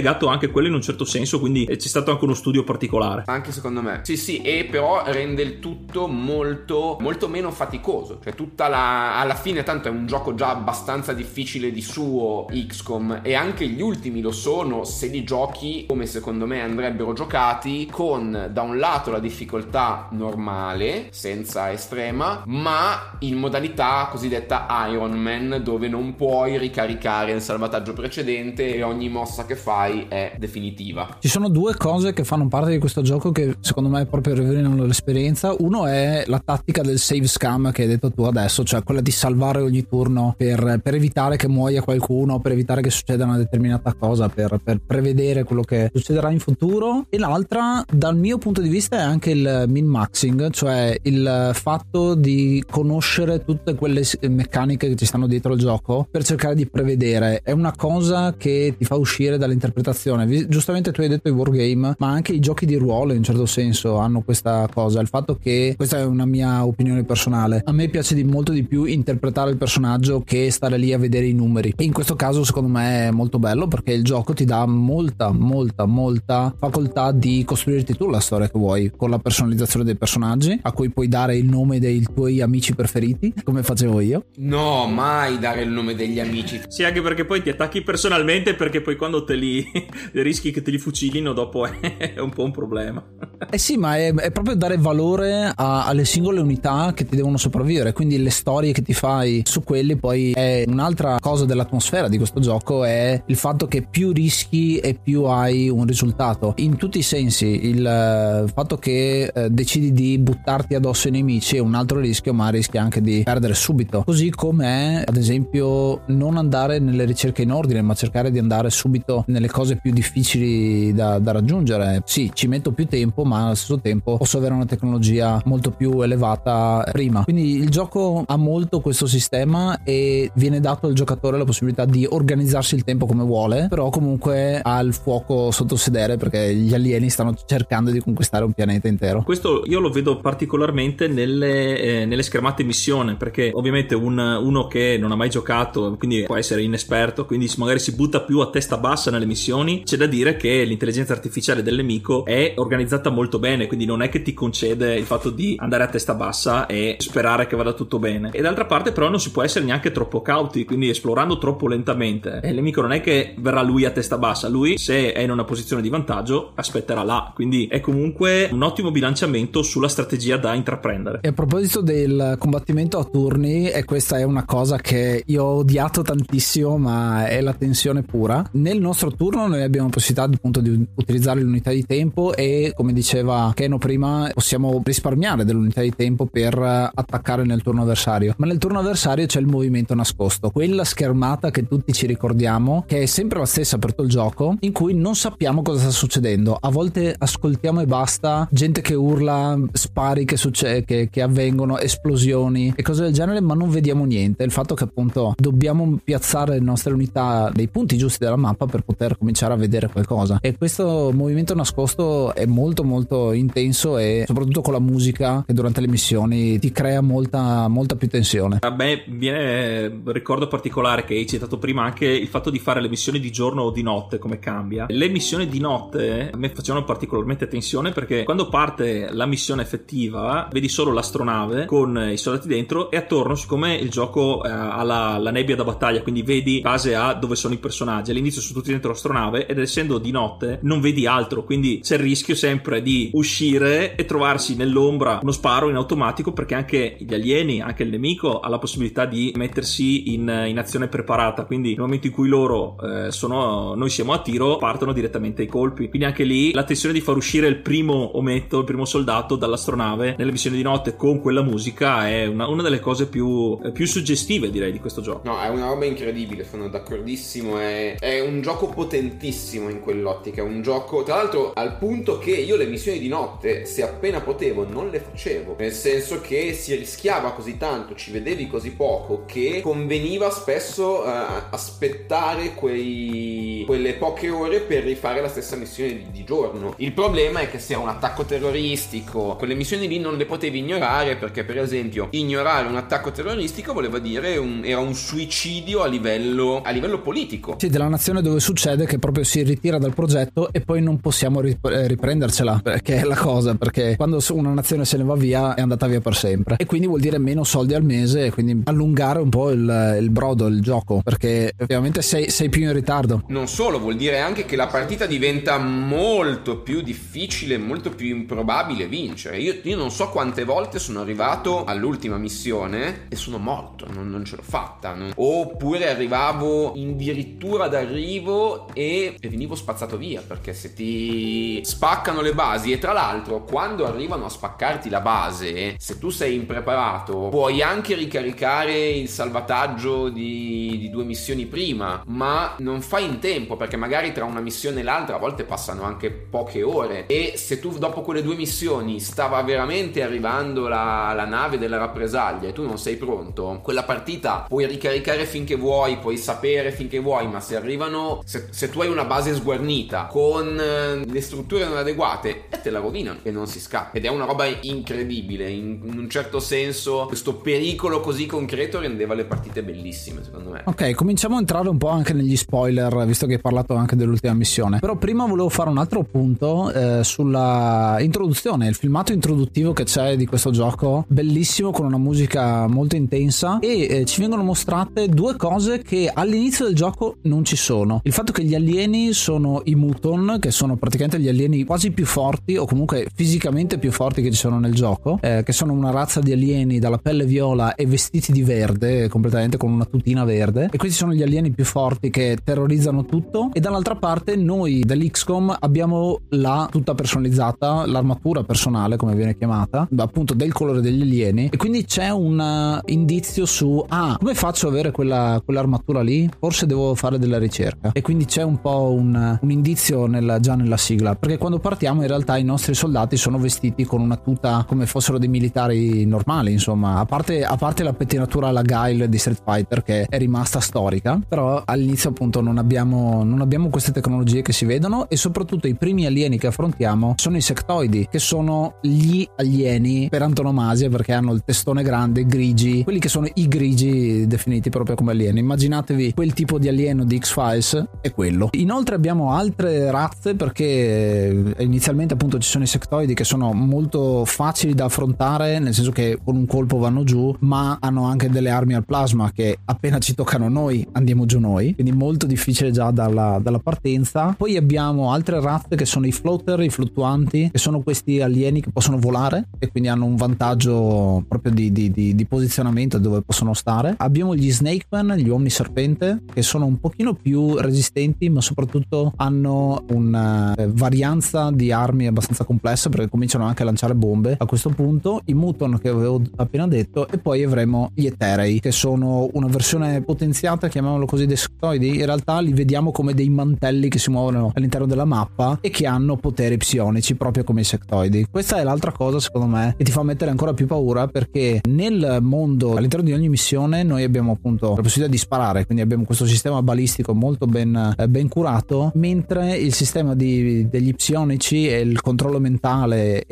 legato anche quello in un certo senso, quindi c'è stato anche uno studio particolare. Anche secondo me. Sì, sì, e però rende il tutto molto molto meno faticoso. Cioè tutta la alla fine tanto è un gioco già abbastanza difficile di suo X COM, e anche gli ultimi lo sono se li giochi come secondo me andrebbero giocati, con da un lato la difficoltà normale senza estrema, ma in modalità cosiddetta Iron Man, dove non puoi ricaricare il salvataggio precedente e ogni mossa che fai è definitiva. Ci sono due cose che fanno parte di questo gioco che secondo me proprio rivelano l'esperienza. Uno è la tattica del save scam che hai detto tu adesso, cioè quella di salvare ogni turno per, per evitare che muoia qualcuno, per evitare che succeda una determinata cosa, per, per prevedere quello che succederà in futuro. E l'altra, dal mio punto di vista, è anche il min-maxing, cioè il fatto di conoscere tutte quelle meccaniche che ci stanno dietro il gioco per cercare di prevedere. È una cosa che ti fa uscire dall'interpretazione. Giustamente tu hai detto i wargame, ma anche i giochi di ruolo in un certo senso hanno questa cosa, il fatto che, questa è una mia opinione personale, a me piace di molto di più interpretare il personaggio che stare lì a vedere i numeri, e in questo caso secondo me è molto bello perché il gioco ti dà molta molta molta facoltà di costruirti tu la storia che vuoi, con la personalizzazione dei personaggi a cui puoi dare il nome dei tuoi amici preferiti, come facevo io. No, mai dare il nome degli amici. Sì, anche perché poi ti attacchi personalmente, perché poi quando te li rischi che te li fucilino dopo è un po' un problema. Eh sì, ma è, è proprio dare valore a, alle singole unità che ti devono sopravvivere, quindi le storie che ti fai su quelli. Poi è un'altra cosa dell'atmosfera di questo gioco, è il fatto che più rischi e più hai un risultato in tutti i sensi. Il fatto che eh, decidi di buttarti addosso ai nemici è un altro rischio, ma rischi anche di perdere subito, così come ad esempio non andare nelle ricerche in ordine, ma cercare di andare subito nelle cose più difficili da, da raggiungere. Sì, ci metto più tempo, ma allo stesso tempo posso avere una tecnologia molto più elevata prima. Quindi il gioco ha molto questo sistema e viene dato al giocatore la possibilità di organizzarsi il tempo come vuole, però comunque ha il fuoco sotto sedere perché gli alieni stanno cercando di conquistare un pianeta intero. Questo io lo vedo particolarmente nelle, eh, nelle schermate missione, perché ovviamente un, uno che non ha mai giocato, quindi può essere inesperto, quindi magari si butta più a testa bassa nelle missioni. C'è da dire che l'intelligenza artificiale del nemico è organizzata molto bene, quindi non è che ti concede il fatto di andare a testa bassa e sperare che vada tutto bene. E d'altra parte però non si può essere neanche troppo cauti, quindi esplorando troppo lentamente. E il nemico non è che verrà lui a testa bassa, lui se è in una posizione di vantaggio aspetterà là, quindi è comunque un ottimo bilanciamento sulla strategia da intraprendere. E a proposito del combattimento a turni, e questa è una cosa che io ho odiato tantissimo, ma è la tensione pura. Nel nostro turno noi abbiamo la possibilità appunto di utilizzare l'unità di tempo e, come diceva Keno prima, possiamo risparmiare dell'unità di tempo per attaccare nel turno avversario, ma nel turno avversario c'è il movimento nascosto, quella schermata che tutti ci ricordiamo, che è sempre la stessa per tutto il gioco, in cui non sappiamo cosa sta succedendo. A volte ascoltiamo e basta gente che urla, spari che, succe- che, che avvengono, esplosioni e cose del genere, ma non vediamo niente. Il fatto che appunto dobbiamo piazzare le nostre unità nei punti giusti della mappa per poter cominciare a vedere qualcosa, e questo movimento nascosto è molto molto intenso, e soprattutto con la musica che durante le missioni ti crea molta molta più tensione. A me viene ricordo particolare che hai citato prima anche il fatto di fare le missioni di giorno o di notte, come cambia. Le missioni di notte a me facevano particolarmente tensione, perché quando parte la missione effettiva vedi solo l'astronave con i soldati dentro e attorno, siccome il gioco eh, ha la, la nebbia da battaglia, quindi vedi in base a dove sono i personaggi, all'inizio sono tutti dentro l'astronave ed essendo di notte non vedi altro, quindi c'è il rischio sempre di uscire e trovarsi nell'ombra uno sparo in automatico, perché anche gli alieni, anche il nemico ha la possibilità di mettersi in, in azione preparata, quindi nel momento in cui loro eh, sono noi siamo a tiro, partono direttamente i colpi. Quindi anche lì la tensione di far uscire il primo ometto, il primo soldato dall'astronave nelle missioni di notte con quella musica è una, una delle cose più, più suggestive, direi, di questo gioco. No, è una roba incredibile, sono d'accordissimo, è, è un gioco potentissimo in quell'ottica, è un gioco tra l'altro al punto che io le missioni di notte, se appena potevo, non le facevo, nel senso che si rischiava così tanto, ci vedevi così poco, che conveniva spesso uh, aspettare quei, quelle poche ore per rifare la stessa missione di, di giorno. Il problema è che se era un attacco terroristico, quelle missioni lì non le potevi ignorare, perché per esempio ignorare un attacco terroristico voleva dire un, era un suicidio a livello, a livello politico. Sì, della nazione dove succede, che che proprio si ritira dal progetto e poi non possiamo riprendercela, che è la cosa, perché quando una nazione se ne va via è andata via per sempre, e quindi vuol dire meno soldi al mese e quindi allungare un po' il, il brodo, il gioco, perché ovviamente sei, sei più in ritardo. Non solo, vuol dire anche che la partita diventa molto più difficile, molto più improbabile vincere. Io, io non so quante volte sono arrivato all'ultima missione e sono morto, non, non ce l'ho fatta, non... oppure arrivavo addirittura d'arrivo e, e venivo spazzato via, perché se ti spaccano le basi, e tra l'altro quando arrivano a spaccarti la base, se tu sei impreparato puoi anche ricaricare il salvataggio di, di due missioni prima, ma non fai in tempo, perché magari tra una missione e l'altra a volte passano anche poche ore, e se tu dopo quelle due missioni stava veramente arrivando la, la nave della rappresaglia e tu non sei pronto, quella partita puoi ricaricare finché vuoi, puoi sapere finché vuoi, ma se arrivano, se, se tu hai una base sguarnita con eh, le strutture non adeguate, e te la rovinano e non si scappa, ed è una roba incredibile. In, in un certo senso questo pericolo così concreto rendeva le partite bellissime, secondo me. Ok, cominciamo a entrare un po' anche negli spoiler, visto che hai parlato anche dell'ultima missione, però prima volevo fare un altro punto eh, sulla introduzione, il filmato introduttivo che c'è di questo gioco, bellissimo, con una musica molto intensa, e eh, ci vengono mostrate due cose che all'inizio del gioco non ci sono. Il fatto che gli alieni sono i Muton, che sono praticamente gli alieni quasi più forti, o comunque fisicamente più forti che ci sono nel gioco, eh, che sono una razza di alieni dalla pelle viola e vestiti di verde, completamente con una tutina verde, e questi sono gli alieni più forti che terrorizzano tutto. E dall'altra parte noi dell'X COM abbiamo la tuta personalizzata, l'armatura personale come viene chiamata, appunto del colore degli alieni, e quindi c'è un uh, indizio su ah, come faccio ad avere quella, quell'armatura lì? Forse devo fare della ricerca, e quindi c'è un po' un, un indizio nel, già nella sigla, perché quando partiamo in realtà i nostri soldati sono vestiti con una tuta come fossero dei militari normali, insomma, a parte, a parte la pettinatura alla Guile di Street Fighter che è rimasta storica, però all'inizio appunto non abbiamo, non abbiamo queste tecnologie che si vedono, e soprattutto i primi alieni che affrontiamo sono i sectoidi, che sono gli alieni per antonomasia, perché hanno il testone grande, grigi, quelli che sono i grigi definiti proprio come alieni. Immaginatevi quel tipo di alieno di X-Files, è quello. Inoltre abbiamo altre razze, perché inizialmente appunto ci sono i sectoidi che sono molto facili da affrontare, nel senso che con un colpo vanno giù, ma hanno anche delle armi al plasma che appena ci toccano noi andiamo giù noi, quindi molto difficile già dalla, dalla partenza. Poi abbiamo altre razze che sono i floater, i fluttuanti, che sono questi alieni che possono volare e quindi hanno un vantaggio proprio di, di, di, di posizionamento dove possono stare. Abbiamo gli Snakeman, gli uomini serpente, che sono un pochino più resistenti, ma soprattutto hanno una eh, varianza di armi abbastanza complessa, perché cominciano anche a lanciare bombe a questo punto. I Muton che avevo appena detto, e poi avremo gli Eterei, che sono una versione potenziata, chiamiamolo così, dei sectoidi. In realtà li vediamo come dei mantelli che si muovono all'interno della mappa e che hanno poteri psionici proprio come i sectoidi. Questa è l'altra cosa secondo me che ti fa mettere ancora più paura, perché nel mondo, all'interno di ogni missione, noi abbiamo appunto la possibilità di sparare, quindi abbiamo questo sistema balistico molto ben, eh, ben curato, mentre il sistema di, degli psionici e il controllo mentale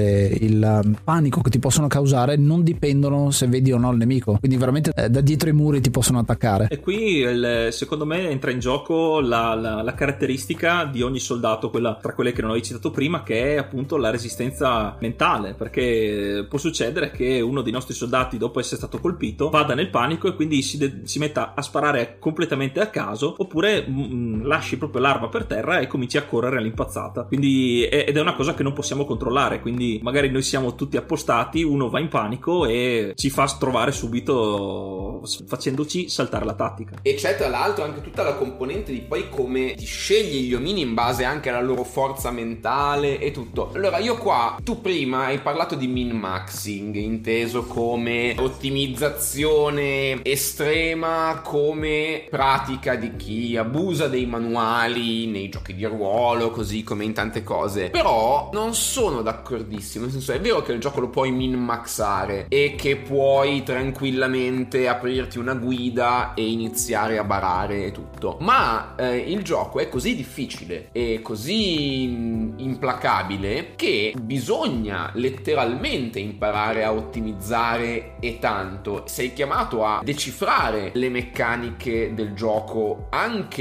e il panico che ti possono causare non dipendono se vedi o no il nemico, quindi veramente eh, da dietro i muri ti possono attaccare. E qui il, secondo me entra in gioco la, la, la caratteristica di ogni soldato, quella tra quelle che non avevi citato prima, che è appunto la resistenza mentale, perché può succedere che uno dei nostri soldati, dopo essere stato colpito, vada nel panico e quindi si, de- si metta a sparare completamente a caso, oppure mh, lasci proprio l'arma per terra e cominci a correre all'impazzata. Quindi è, ed è una cosa che non possiamo controllare, quindi magari noi siamo tutti appostati, uno va in panico e ci fa trovare subito, facendoci saltare la tattica. E c'è tra l'altro anche tutta la componente di poi come ti scegli gli omini in base anche alla loro forza mentale e tutto. Allora io qua, tu prima hai parlato di min-maxing, inteso come ottimizzazione estrema, come pratica di chi abusa dei manuali nei giochi di ruolo, così come in tante cose. Però non sono d'accordissimo, nel senso, è vero che il gioco lo puoi min-maxare e che puoi tranquillamente aprirti una guida e iniziare a barare e tutto, ma eh, il gioco è così difficile e così implacabile che bisogna letteralmente imparare a ottimizzare, e tanto sei chiamato a decifrare le meccaniche del gioco anche con quelle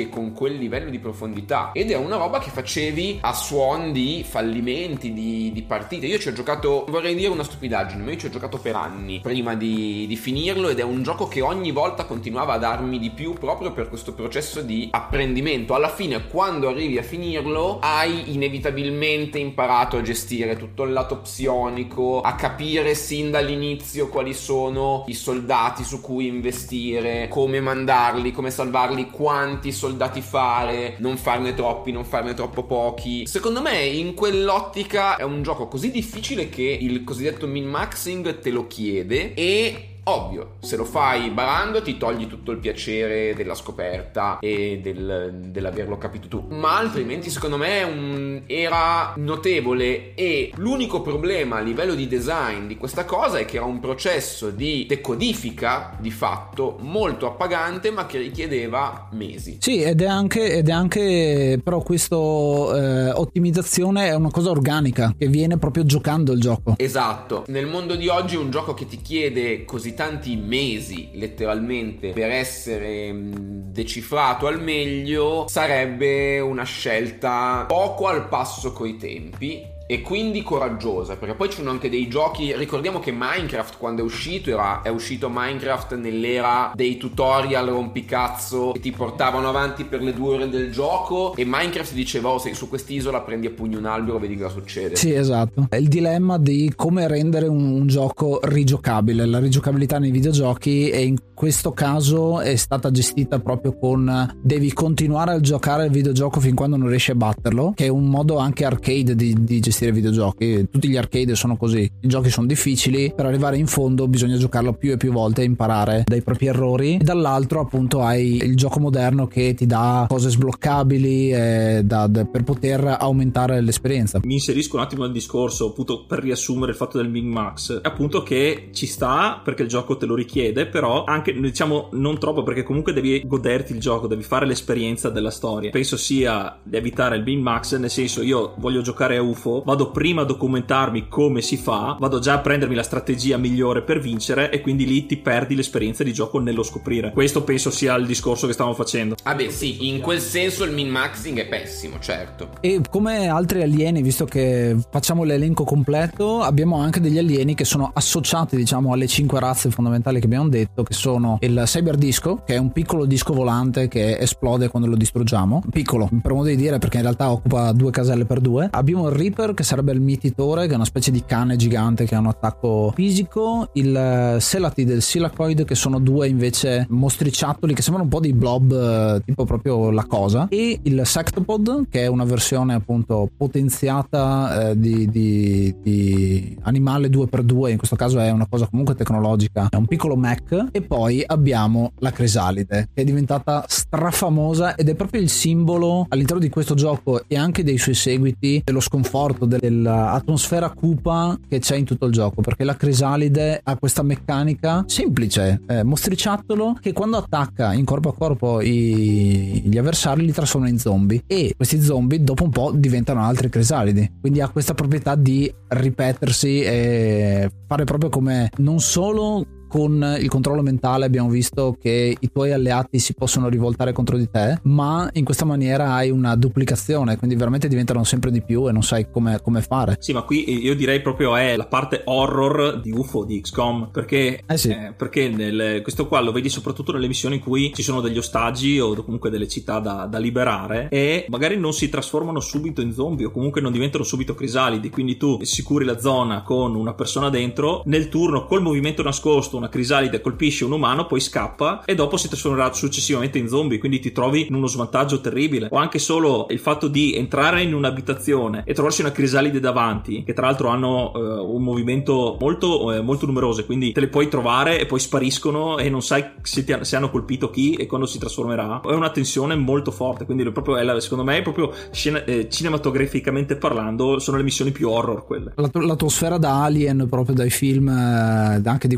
quel livello di profondità, ed è una roba che facevi a suon di fallimenti, di, di partite. Io ci ho giocato, vorrei dire una stupidaggine, ma io ci ho giocato per anni prima di, di finirlo, ed è un gioco che ogni volta continuava a darmi di più proprio per questo processo di apprendimento. Alla fine, quando arrivi a finirlo, hai inevitabilmente imparato a gestire tutto il lato psionico, a capire sin dall'inizio quali sono i soldati su cui investire, come mandarli, come salvarli, quanti soldati fare, non farne troppi, non farne troppo pochi. Secondo me in quell'ottica è un gioco così difficile che il cosiddetto min-maxing te lo chiede, e ovvio, se lo fai barando ti togli tutto il piacere della scoperta e del, dell'averlo capito tu, ma altrimenti secondo me un, era notevole. E l'unico problema a livello di design di questa cosa è che era un processo di decodifica di fatto molto appagante, ma che richiedeva mesi. Sì, ed è anche, ed è anche però questo eh, ottimizzazione è una cosa organica che viene proprio giocando il gioco. Esatto, nel mondo di oggi un gioco che ti chiede così tanti mesi letteralmente per essere mh, decifrato al meglio sarebbe una scelta poco al passo coi tempi, e quindi coraggiosa, perché poi ci sono anche dei giochi. Ricordiamo che Minecraft, quando è uscito, era è uscito Minecraft nell'era dei tutorial rompicazzo che ti portavano avanti per le due ore del gioco, e Minecraft diceva: oh, sei su quest'isola, prendi a pugni un albero, vedi cosa succede. Sì, esatto, è il dilemma di come rendere un, un gioco rigiocabile, la rigiocabilità nei videogiochi, e in questo caso è stata gestita proprio con devi continuare a giocare il videogioco fin quando non riesci a batterlo, che è un modo anche arcade di, di gestire videogiochi. Tutti gli arcade sono così, i giochi sono difficili, per arrivare in fondo bisogna giocarlo più e più volte e imparare dai propri errori. E dall'altro appunto hai il gioco moderno che ti dà cose sbloccabili eh, da, da, per poter aumentare l'esperienza. Mi inserisco un attimo nel discorso, appunto, per riassumere il fatto del min-max, appunto, che ci sta perché il gioco te lo richiede, però anche, diciamo, non troppo, perché comunque devi goderti il gioco, devi fare l'esperienza della storia. Penso sia di evitare il min-max, nel senso, io voglio giocare a U F O, vado prima a documentarmi come si fa, vado già a prendermi la strategia migliore per vincere, e quindi lì ti perdi l'esperienza di gioco nello scoprire. Questo penso sia il discorso che stavamo facendo. Ah beh sì, in quel senso il min-maxing è pessimo, certo. E come altri alieni, visto che facciamo l'elenco completo, abbiamo anche degli alieni che sono associati, diciamo, alle cinque razze fondamentali che abbiamo detto, che sono il cyberdisco, che è un piccolo disco volante che esplode quando lo distruggiamo. Piccolo, per modo di dire, perché in realtà occupa due caselle per due. Abbiamo il Reaper, che sarebbe il mietitore, che è una specie di cane gigante che ha un attacco fisico. Il Selatid e il Silacoid, che sono due invece mostriciattoli che sembrano un po' dei blob, tipo proprio la cosa. E il Sectopod, che è una versione appunto potenziata eh, di, di, di animale due per due, in questo caso è una cosa comunque tecnologica, è un piccolo mech. E poi abbiamo la Crisalide, che è diventata strafamosa ed è proprio il simbolo all'interno di questo gioco e anche dei suoi seguiti dello sconforto, dell'atmosfera cupa che c'è in tutto il gioco, perché la Crisalide ha questa meccanica semplice, eh, mostriciattolo, che quando attacca in corpo a corpo i, gli avversari li trasforma in zombie, e questi zombie dopo un po' diventano altri Crisalidi, quindi ha questa proprietà di ripetersi e fare proprio come, non solo con il controllo mentale abbiamo visto che i tuoi alleati si possono rivoltare contro di te, ma in questa maniera hai una duplicazione, quindi veramente diventano sempre di più e non sai come, come fare. Sì, ma qui io direi proprio è la parte horror di U F O, di X COM, perché, eh sì. eh, perché nel, questo qua lo vedi soprattutto nelle missioni in cui ci sono degli ostaggi o comunque delle città da, da liberare, e magari non si trasformano subito in zombie o comunque non diventano subito crisalidi, quindi tu sicuri la zona con una persona dentro, nel turno col movimento nascosto una crisalide colpisce un umano, poi scappa e dopo si trasformerà successivamente in zombie, quindi ti trovi in uno svantaggio terribile. O anche solo il fatto di entrare in un'abitazione e trovarsi una crisalide davanti, che tra l'altro hanno uh, un movimento molto uh, molto numeroso, quindi te le puoi trovare e poi spariscono e non sai se, ti ha, se hanno colpito chi e quando si trasformerà. È una tensione molto forte, quindi è proprio, è la, secondo me è proprio scena, eh, cinematograficamente parlando sono le missioni più horror quelle. L'atmosfera da Alien, proprio dai film eh, anche di quell'epoca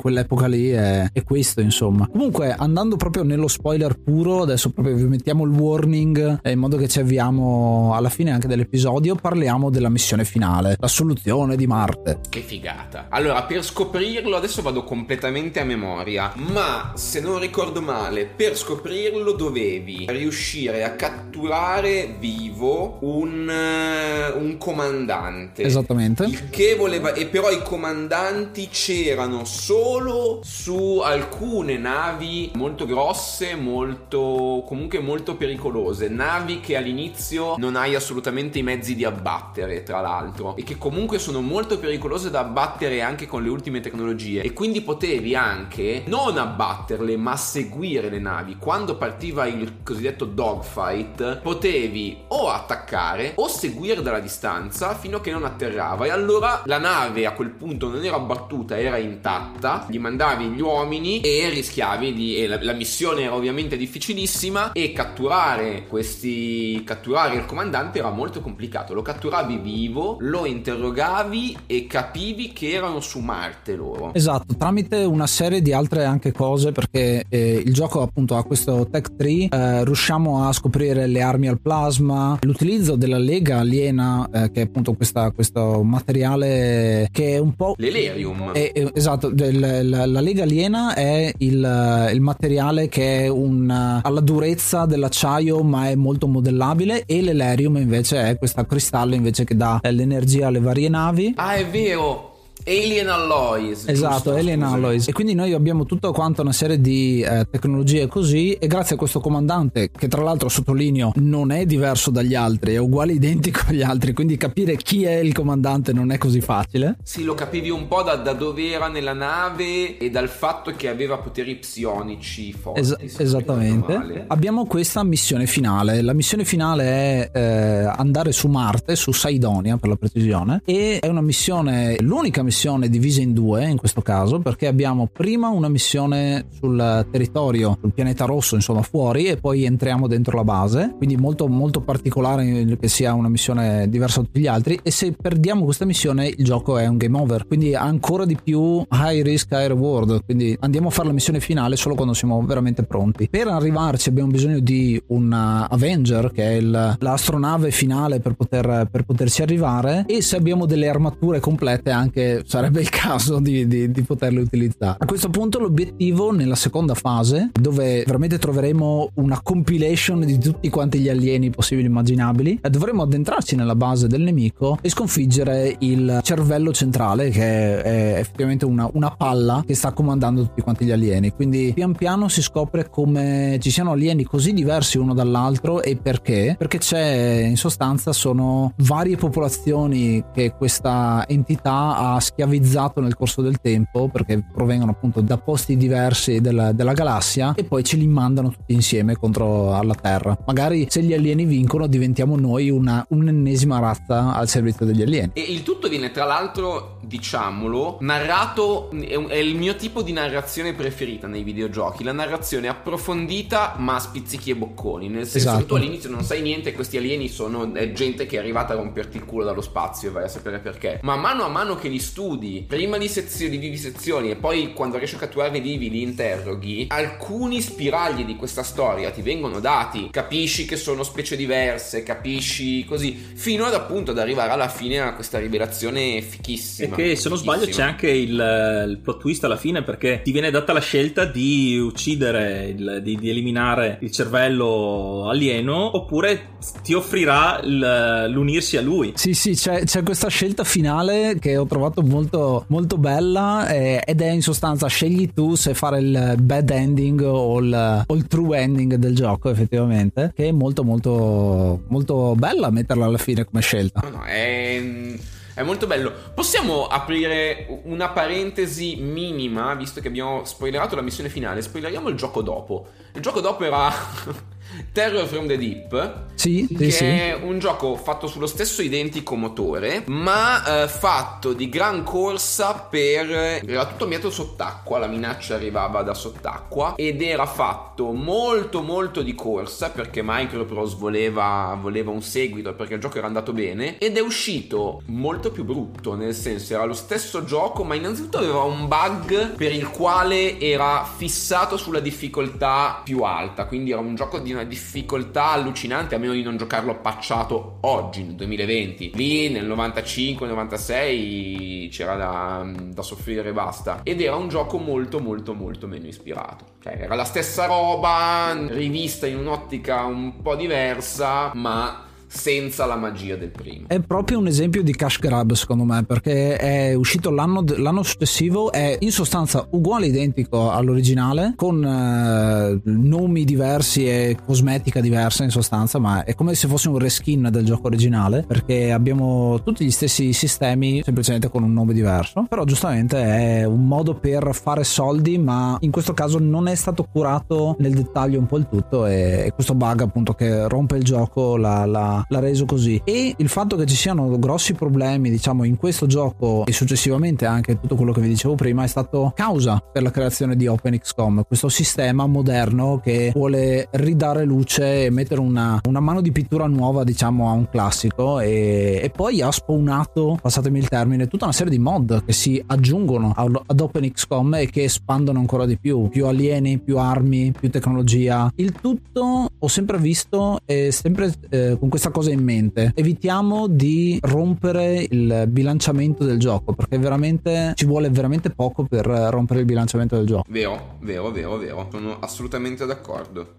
lì è, è questo, insomma. Comunque, andando proprio nello spoiler puro, adesso proprio vi mettiamo il warning in modo che ci avviamo alla fine anche dell'episodio. Parliamo della missione finale, la soluzione di Marte. Che figata. Allora, per scoprirlo adesso vado completamente a memoria, ma se non ricordo male, per scoprirlo dovevi riuscire a catturare vivo un, uh, un comandante. Esattamente. Il che voleva, e però i comandanti c'erano solo su alcune navi molto grosse, molto comunque molto pericolose, navi che all'inizio non hai assolutamente i mezzi di abbattere, tra l'altro, e che comunque sono molto pericolose da abbattere anche con le ultime tecnologie, e quindi potevi anche non abbatterle ma seguire le navi. Quando partiva il cosiddetto dogfight potevi o attaccare o seguire dalla distanza fino a che non atterrava, e allora la nave a quel punto non era abbattuta, era intatta, gli mandavi gli uomini e rischiavi di e la, la missione era ovviamente difficilissima, e catturare questi catturare il comandante era molto complicato. Lo catturavi vivo, lo interrogavi e capivi che erano su Marte loro. Esatto, tramite una serie di altre anche cose, perché eh, il gioco appunto ha questo tech tree, eh, riusciamo a scoprire le armi al plasma, l'utilizzo della lega aliena, eh, che è appunto questa, questo materiale che è un po' l'Elerium. È, è, esatto, la, la, la lega aliena è il, il materiale che è un, alla durezza dell'acciaio ma è molto modellabile, e l'Elerium invece è questo cristallo invece che dà l'energia alle varie navi. Ah, è vero! Alien Alloys. Esatto, giusto, Alien scusami. Alloys. E quindi noi abbiamo tutto quanto una serie di eh, tecnologie così, e grazie a questo comandante, che tra l'altro sottolineo non è diverso dagli altri, è uguale identico agli altri, quindi capire chi è il comandante non è così facile. Sì, lo capivi un po' da, da dove era nella nave e dal fatto che aveva poteri psionici forti. Es- esattamente. Abbiamo questa missione finale. La missione finale è eh, andare su Marte, su Saidonia per la precisione, e è una missione, l'unica missione divisa in due in questo caso, perché abbiamo prima una missione sul territorio, sul pianeta rosso, insomma fuori, e poi entriamo dentro la base, quindi molto molto particolare che sia una missione diversa da tutti gli altri. E se perdiamo questa missione il gioco è un game over, quindi ancora di più high risk high reward, quindi andiamo a fare la missione finale solo quando siamo veramente pronti. Per arrivarci abbiamo bisogno di un Avenger, che è il, l'astronave finale per poter per poterci arrivare, e se abbiamo delle armature complete anche sarebbe il caso di, di, di poterle utilizzare. A questo punto l'obiettivo nella seconda fase, dove veramente troveremo una compilation di tutti quanti gli alieni possibili e immaginabili, dovremo addentrarci nella base del nemico e sconfiggere il cervello centrale, che è effettivamente una, una palla che sta comandando tutti quanti gli alieni. Quindi pian piano si scopre come ci siano alieni così diversi uno dall'altro, e perché? Perché c'è, in sostanza sono varie popolazioni che questa entità ha schiavizzato nel corso del tempo, perché provengono appunto da posti diversi della, della galassia, e poi ce li mandano tutti insieme contro alla Terra. Magari se gli alieni vincono diventiamo noi una un'ennesima razza al servizio degli alieni. E il tutto viene, tra l'altro, diciamolo, narrato, è, un, è il mio tipo di narrazione preferita nei videogiochi, la narrazione approfondita ma a spizzichi e bocconi, nel senso esatto. che tu all'inizio non sai niente, questi alieni sono è gente che è arrivata a romperti il culo dallo spazio e vai a sapere perché, ma mano a mano che li studi, prima di sezioni, di vivisezioni, e poi quando riesci a catturarli vivi li interroghi, alcuni spiragli di questa storia ti vengono dati, capisci che sono specie diverse, capisci così, fino ad appunto ad arrivare alla fine a questa rivelazione fichissima. E che se non sbaglio c'è anche il, il plot twist alla fine, perché ti viene data la scelta di uccidere, il, di, di eliminare il cervello alieno, oppure ti offrirà il, l'unirsi a lui. Sì sì, c'è, c'è questa scelta finale che ho trovato molto molto bella, eh, ed è in sostanza scegli tu se fare il bad ending o il, o il true ending del gioco, effettivamente, che è molto molto molto bella metterla alla fine come scelta. No, no, è... È molto bello. Possiamo aprire una parentesi minima, visto che abbiamo spoilerato la missione finale, spoileriamo il gioco dopo. Il gioco dopo era Terror from the Deep. Sì, che sì, è un gioco fatto sullo stesso identico motore, ma eh, fatto di gran corsa per... era tutto ambientato sott'acqua, la minaccia arrivava da sott'acqua ed era fatto molto molto di corsa perché Microprose voleva, voleva un seguito, perché il gioco era andato bene, ed è uscito molto più brutto, nel senso era lo stesso gioco ma innanzitutto aveva un bug per il quale era fissato sulla difficoltà più alta, quindi era un gioco di una difficoltà allucinante, a meno di non giocarlo patchato oggi nel duemilaventi. Lì nel novantacinque novantasei c'era da, da soffrire e basta, ed era un gioco molto molto molto meno ispirato, cioè era la stessa roba rivista in un'ottica un po' diversa ma senza la magia del primo. È proprio un esempio di cash grab secondo me, perché è uscito l'anno, l'anno successivo, è in sostanza uguale, identico all'originale, con eh, nomi diversi e cosmetica diversa in sostanza, ma è come se fosse un reskin del gioco originale, perché abbiamo tutti gli stessi sistemi semplicemente con un nome diverso, però giustamente è un modo per fare soldi, ma in questo caso non è stato curato nel dettaglio un po' il tutto, e, e questo bug appunto che rompe il gioco la, la l'ha reso così. E il fatto che ci siano grossi problemi diciamo in questo gioco e successivamente anche tutto quello che vi dicevo prima è stato causa per la creazione di OpenXCOM, questo sistema moderno che vuole ridare luce e mettere una, una mano di pittura nuova diciamo a un classico, e, e poi ha spawnato, passatemi il termine, tutta una serie di mod che si aggiungono ad OpenXCOM e che espandono ancora di più, più alieni, più armi, più tecnologia. Il tutto ho sempre visto e sempre eh, con questa cosa in mente: evitiamo di rompere il bilanciamento del gioco, perché veramente ci vuole veramente poco per rompere il bilanciamento del gioco. Vero, vero, vero, vero, sono assolutamente d'accordo.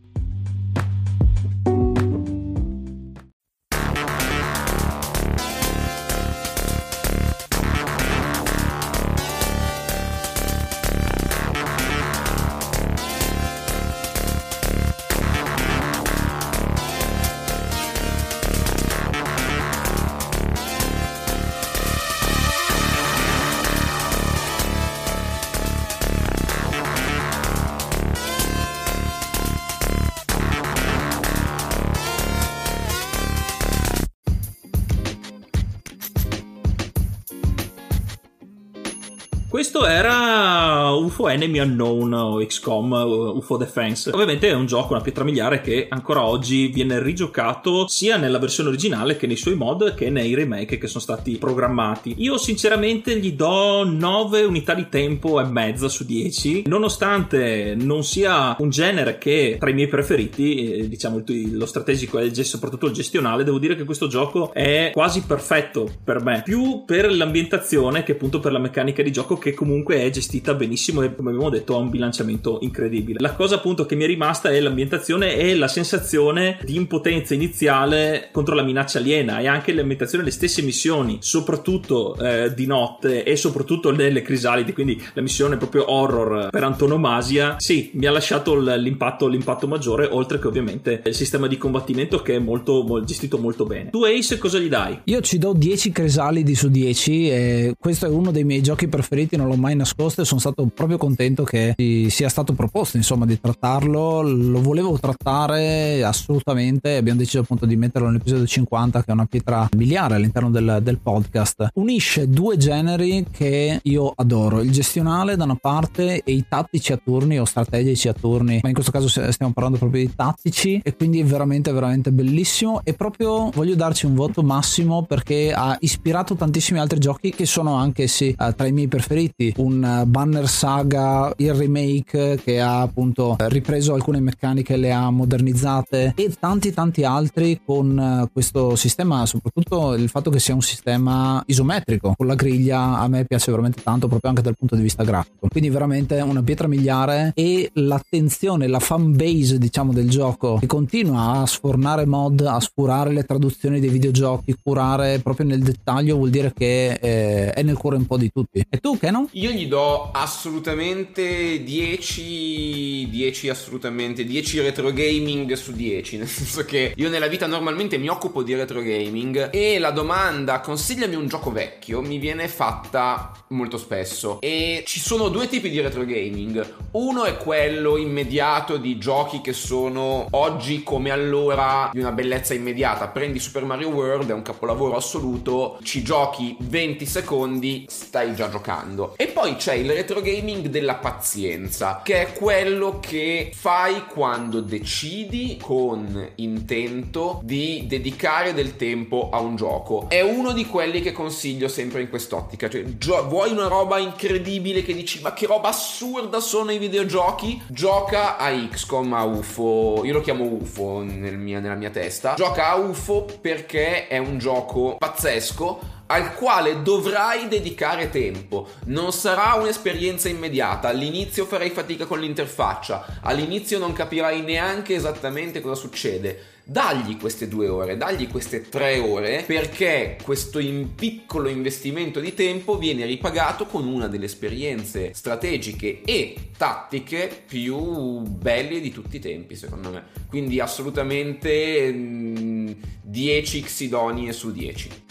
Questo era U F O Enemy Unknown o X COM U F O Defense. Ovviamente è un gioco, una pietra miliare, che ancora oggi viene rigiocato sia nella versione originale che nei suoi mod che nei remake che sono stati programmati. Io sinceramente gli do nove unità di tempo e mezza su dieci, nonostante non sia un genere che tra i miei preferiti, diciamo lo strategico e soprattutto il gestionale. Devo dire che questo gioco è quasi perfetto per me, più per l'ambientazione che appunto per la meccanica di gioco, che comunque è gestita benissimo e, come abbiamo detto, ha un bilanciamento incredibile. La cosa appunto che mi è rimasta è l'ambientazione e la sensazione di impotenza iniziale contro la minaccia aliena, e anche l'ambientazione delle stesse missioni, soprattutto eh, di notte e soprattutto nelle crisalidi, quindi la missione proprio horror per antonomasia. Sì, mi ha lasciato l'impatto, l'impatto maggiore, oltre che ovviamente il sistema di combattimento che è molto, molto gestito molto bene. Tu Ace cosa gli dai? Io ci do dieci crisalidi su dieci, e questo è uno dei miei giochi preferiti, non l'ho mai nascosto, e sono stato proprio contento che sia stato proposto insomma di trattarlo. Lo volevo trattare assolutamente, abbiamo deciso appunto di metterlo nell'episodio cinquanta, che è una pietra miliare all'interno del, del podcast. Unisce due generi che io adoro: il gestionale da una parte e i tattici a turni o strategici a turni, ma in questo caso stiamo parlando proprio di tattici, e quindi è veramente veramente bellissimo. E proprio voglio darci un voto massimo perché ha ispirato tantissimi altri giochi che sono anche sì tra i miei preferiti. Un Banner Saga, il remake, che ha appunto ripreso alcune meccaniche, le ha modernizzate, e tanti tanti altri con questo sistema, soprattutto il fatto che sia un sistema isometrico con la griglia. A me piace veramente tanto, proprio anche dal punto di vista grafico, quindi veramente una pietra miliare. E l'attenzione, la fan base diciamo del gioco, che continua a sfornare mod, a sfurare le traduzioni dei videogiochi, curare proprio nel dettaglio, vuol dire che eh, è nel cuore un po' di tutti. E tu che Keno? Io gli do assolutamente dieci dieci assolutamente dieci retro gaming su dieci, nel senso che io nella vita normalmente mi occupo di retro gaming e la domanda consigliami un gioco vecchio mi viene fatta molto spesso, e ci sono due tipi di retro gaming. Uno è quello immediato di giochi che sono oggi come allora, di una bellezza immediata. Prendi Super Mario World, è un capolavoro assoluto, ci giochi venti secondi, stai già giocando. E poi c'è il retro gaming della pazienza, che è quello che fai quando decidi con intento di dedicare del tempo a un gioco. È uno di quelli che consiglio sempre in quest'ottica, cioè gio- vuoi una roba incredibile che dici ma che roba assurda sono i videogiochi? Gioca a X COM, a U F O, io lo chiamo U F O nel mia, nella mia testa. Gioca a U F O perché è un gioco pazzesco al quale dovrai dedicare tempo. Non sarà un'esperienza immediata, all'inizio farai fatica con l'interfaccia, all'inizio non capirai neanche esattamente cosa succede. Dagli queste due ore, dagli queste tre ore, perché questo in piccolo investimento di tempo viene ripagato con una delle esperienze strategiche e tattiche più belle di tutti i tempi, secondo me. Quindi assolutamente mh, dieci Xidonie su dieci.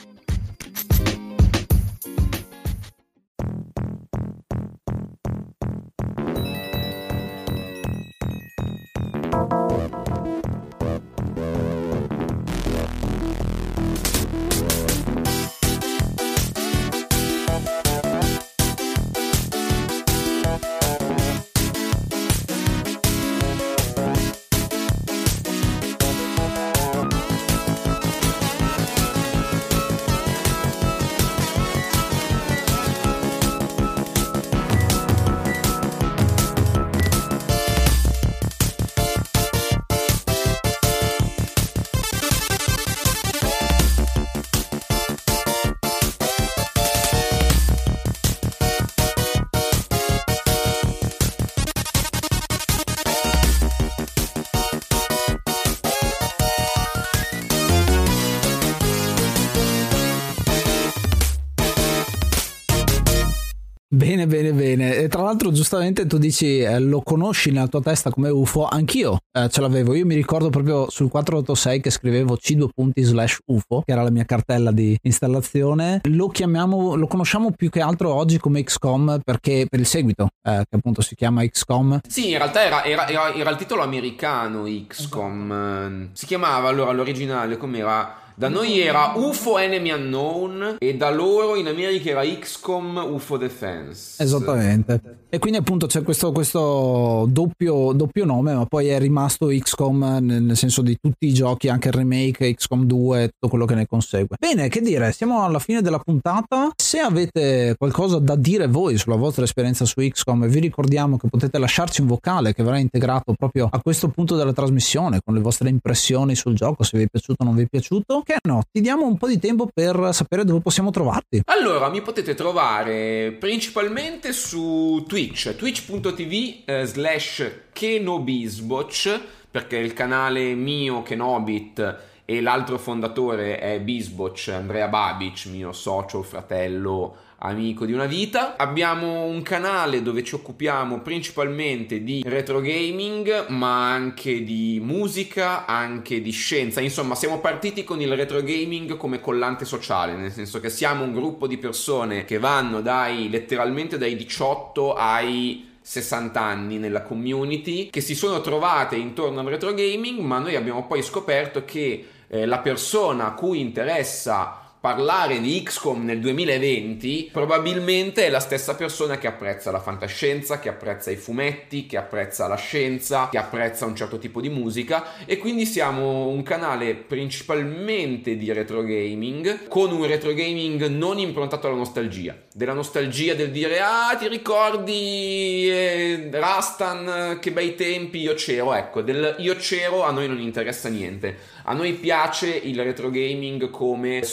Bene, bene, bene. E tra l'altro giustamente tu dici eh, lo conosci nella tua testa come U F O, anch'io eh, ce l'avevo. Io mi ricordo proprio sul quattrocentottantasei che scrivevo C due punti slash U F O, che era la mia cartella di installazione. Lo chiamiamo, lo conosciamo più che altro oggi come X COM perché per il seguito eh, che appunto si chiama X COM. Sì, in realtà era, era, era, era il titolo americano X COM. Si chiamava allora l'originale com'era? Da noi era U F O Enemy Unknown e da loro in America era X COM U F O Defense. Esattamente. E quindi appunto c'è questo, questo doppio, doppio nome, ma poi è rimasto X COM nel, nel senso di tutti i giochi, anche il remake, X COM due e tutto quello che ne consegue. Bene, che dire, siamo alla fine della puntata. Se avete qualcosa da dire voi sulla vostra esperienza su X COM, vi ricordiamo che potete lasciarci un vocale che verrà integrato proprio a questo punto della trasmissione con le vostre impressioni sul gioco, se vi è piaciuto o non vi è piaciuto. Che no, ti diamo un po' di tempo per sapere dove possiamo trovarti. Allora, mi potete trovare principalmente su Twitch, twitch.tv eh, slash kenobisboch, perché il canale mio Kenobit e l'altro fondatore è Bisboch, Andrea Babic, mio socio, fratello, amico di una vita. Abbiamo un canale dove ci occupiamo principalmente di retro gaming, ma anche di musica, anche di scienza. Insomma, siamo partiti con il retro gaming come collante sociale, nel senso che siamo un gruppo di persone che vanno dai letteralmente dai diciotto ai sessanta anni nella community, che si sono trovate intorno al retro gaming, ma noi abbiamo poi scoperto che eh, la persona a cui interessa parlare di X COM nel duemilaventi probabilmente è la stessa persona che apprezza la fantascienza, che apprezza i fumetti, che apprezza la scienza, che apprezza un certo tipo di musica, e quindi siamo un canale principalmente di retro gaming, con un retro gaming non improntato alla nostalgia, della nostalgia del dire ah ti ricordi eh, Rastan, che bei tempi, io c'ero. Ecco, del io c'ero a noi non interessa niente. A noi piace il retro gaming come studio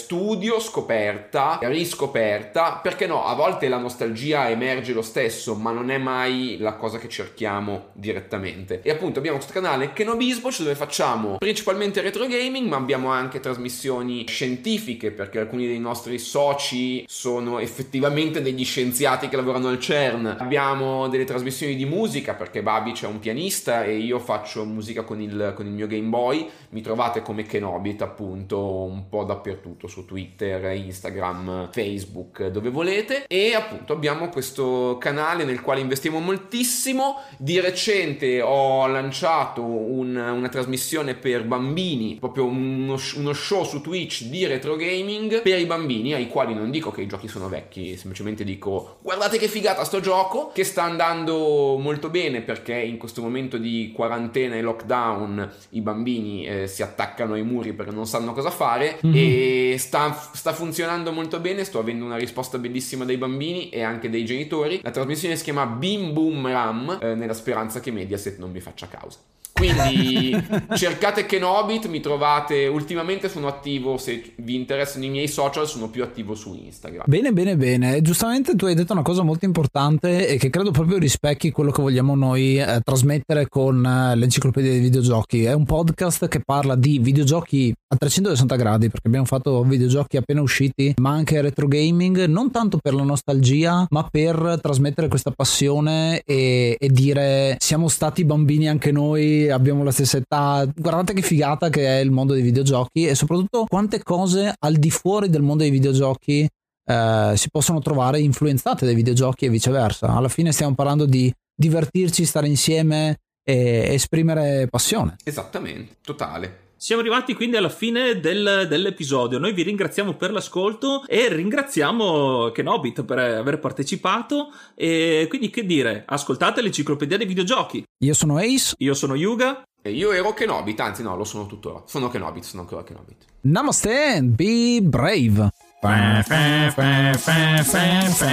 studio, scoperta, riscoperta, perché no, a volte la nostalgia emerge lo stesso, ma non è mai la cosa che cerchiamo direttamente. E appunto abbiamo questo canale Kenobisboch dove facciamo principalmente retro gaming, ma abbiamo anche trasmissioni scientifiche, perché alcuni dei nostri soci sono effettivamente degli scienziati che lavorano al CERN. Abbiamo delle trasmissioni di musica, perché Babic è un pianista e io faccio musica con il, con il mio Game Boy. Mi trovate come Kenobit appunto un po' dappertutto, su Twitter, Instagram, Facebook, dove volete. E appunto abbiamo questo canale nel quale investiamo moltissimo. Di recente ho lanciato un, una trasmissione per bambini, proprio uno, uno show su Twitch di retro gaming per i bambini, ai quali non dico che i giochi sono vecchi, semplicemente dico guardate che figata sto gioco, che sta andando molto bene perché in questo momento di quarantena e lockdown i bambini eh, si attaccano ai muri perché non sanno cosa fare, mm-hmm. e sta, sta funzionando molto bene, sto avendo una risposta bellissima dai bambini e anche dei genitori. La trasmissione si chiama Bim Boom Ram, eh, nella speranza che Mediaset non mi faccia causa. Quindi cercate Kenobit, mi trovate. Ultimamente sono attivo, se vi interessano i miei social sono più attivo su Instagram. Bene bene bene, giustamente tu hai detto una cosa molto importante e che credo proprio rispecchi quello che vogliamo noi eh, trasmettere con eh, l'Enciclopedia dei Videogiochi. È un podcast che parla di videogiochi a trecentosessanta gradi, perché abbiamo fatto videogiochi appena usciti, ma anche retro gaming, non tanto per la nostalgia ma per trasmettere questa passione e, e dire siamo stati bambini anche noi, abbiamo la stessa età, guardate che figata che è il mondo dei videogiochi, e soprattutto quante cose al di fuori del mondo dei videogiochi eh, si possono trovare influenzate dai videogiochi e viceversa. Alla fine stiamo parlando di divertirci, stare insieme e esprimere passione. Esattamente, totale. Siamo arrivati quindi alla fine del, dell'episodio. Noi vi ringraziamo per l'ascolto e ringraziamo Kenobit per aver partecipato. E quindi che dire, ascoltate l'Enciclopedia dei Videogiochi. Io sono Ace. Io sono Yuga. E io ero Kenobit, anzi no, lo sono tuttora. Sono Kenobit, sono ancora Kenobit. Namaste and be brave. Fa, fa, fa, fa, fa, fa.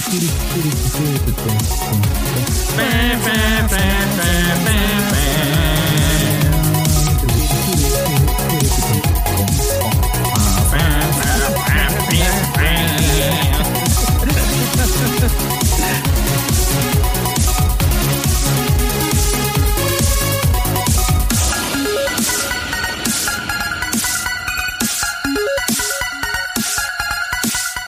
Fa, fa, fa, fa, fa, fa.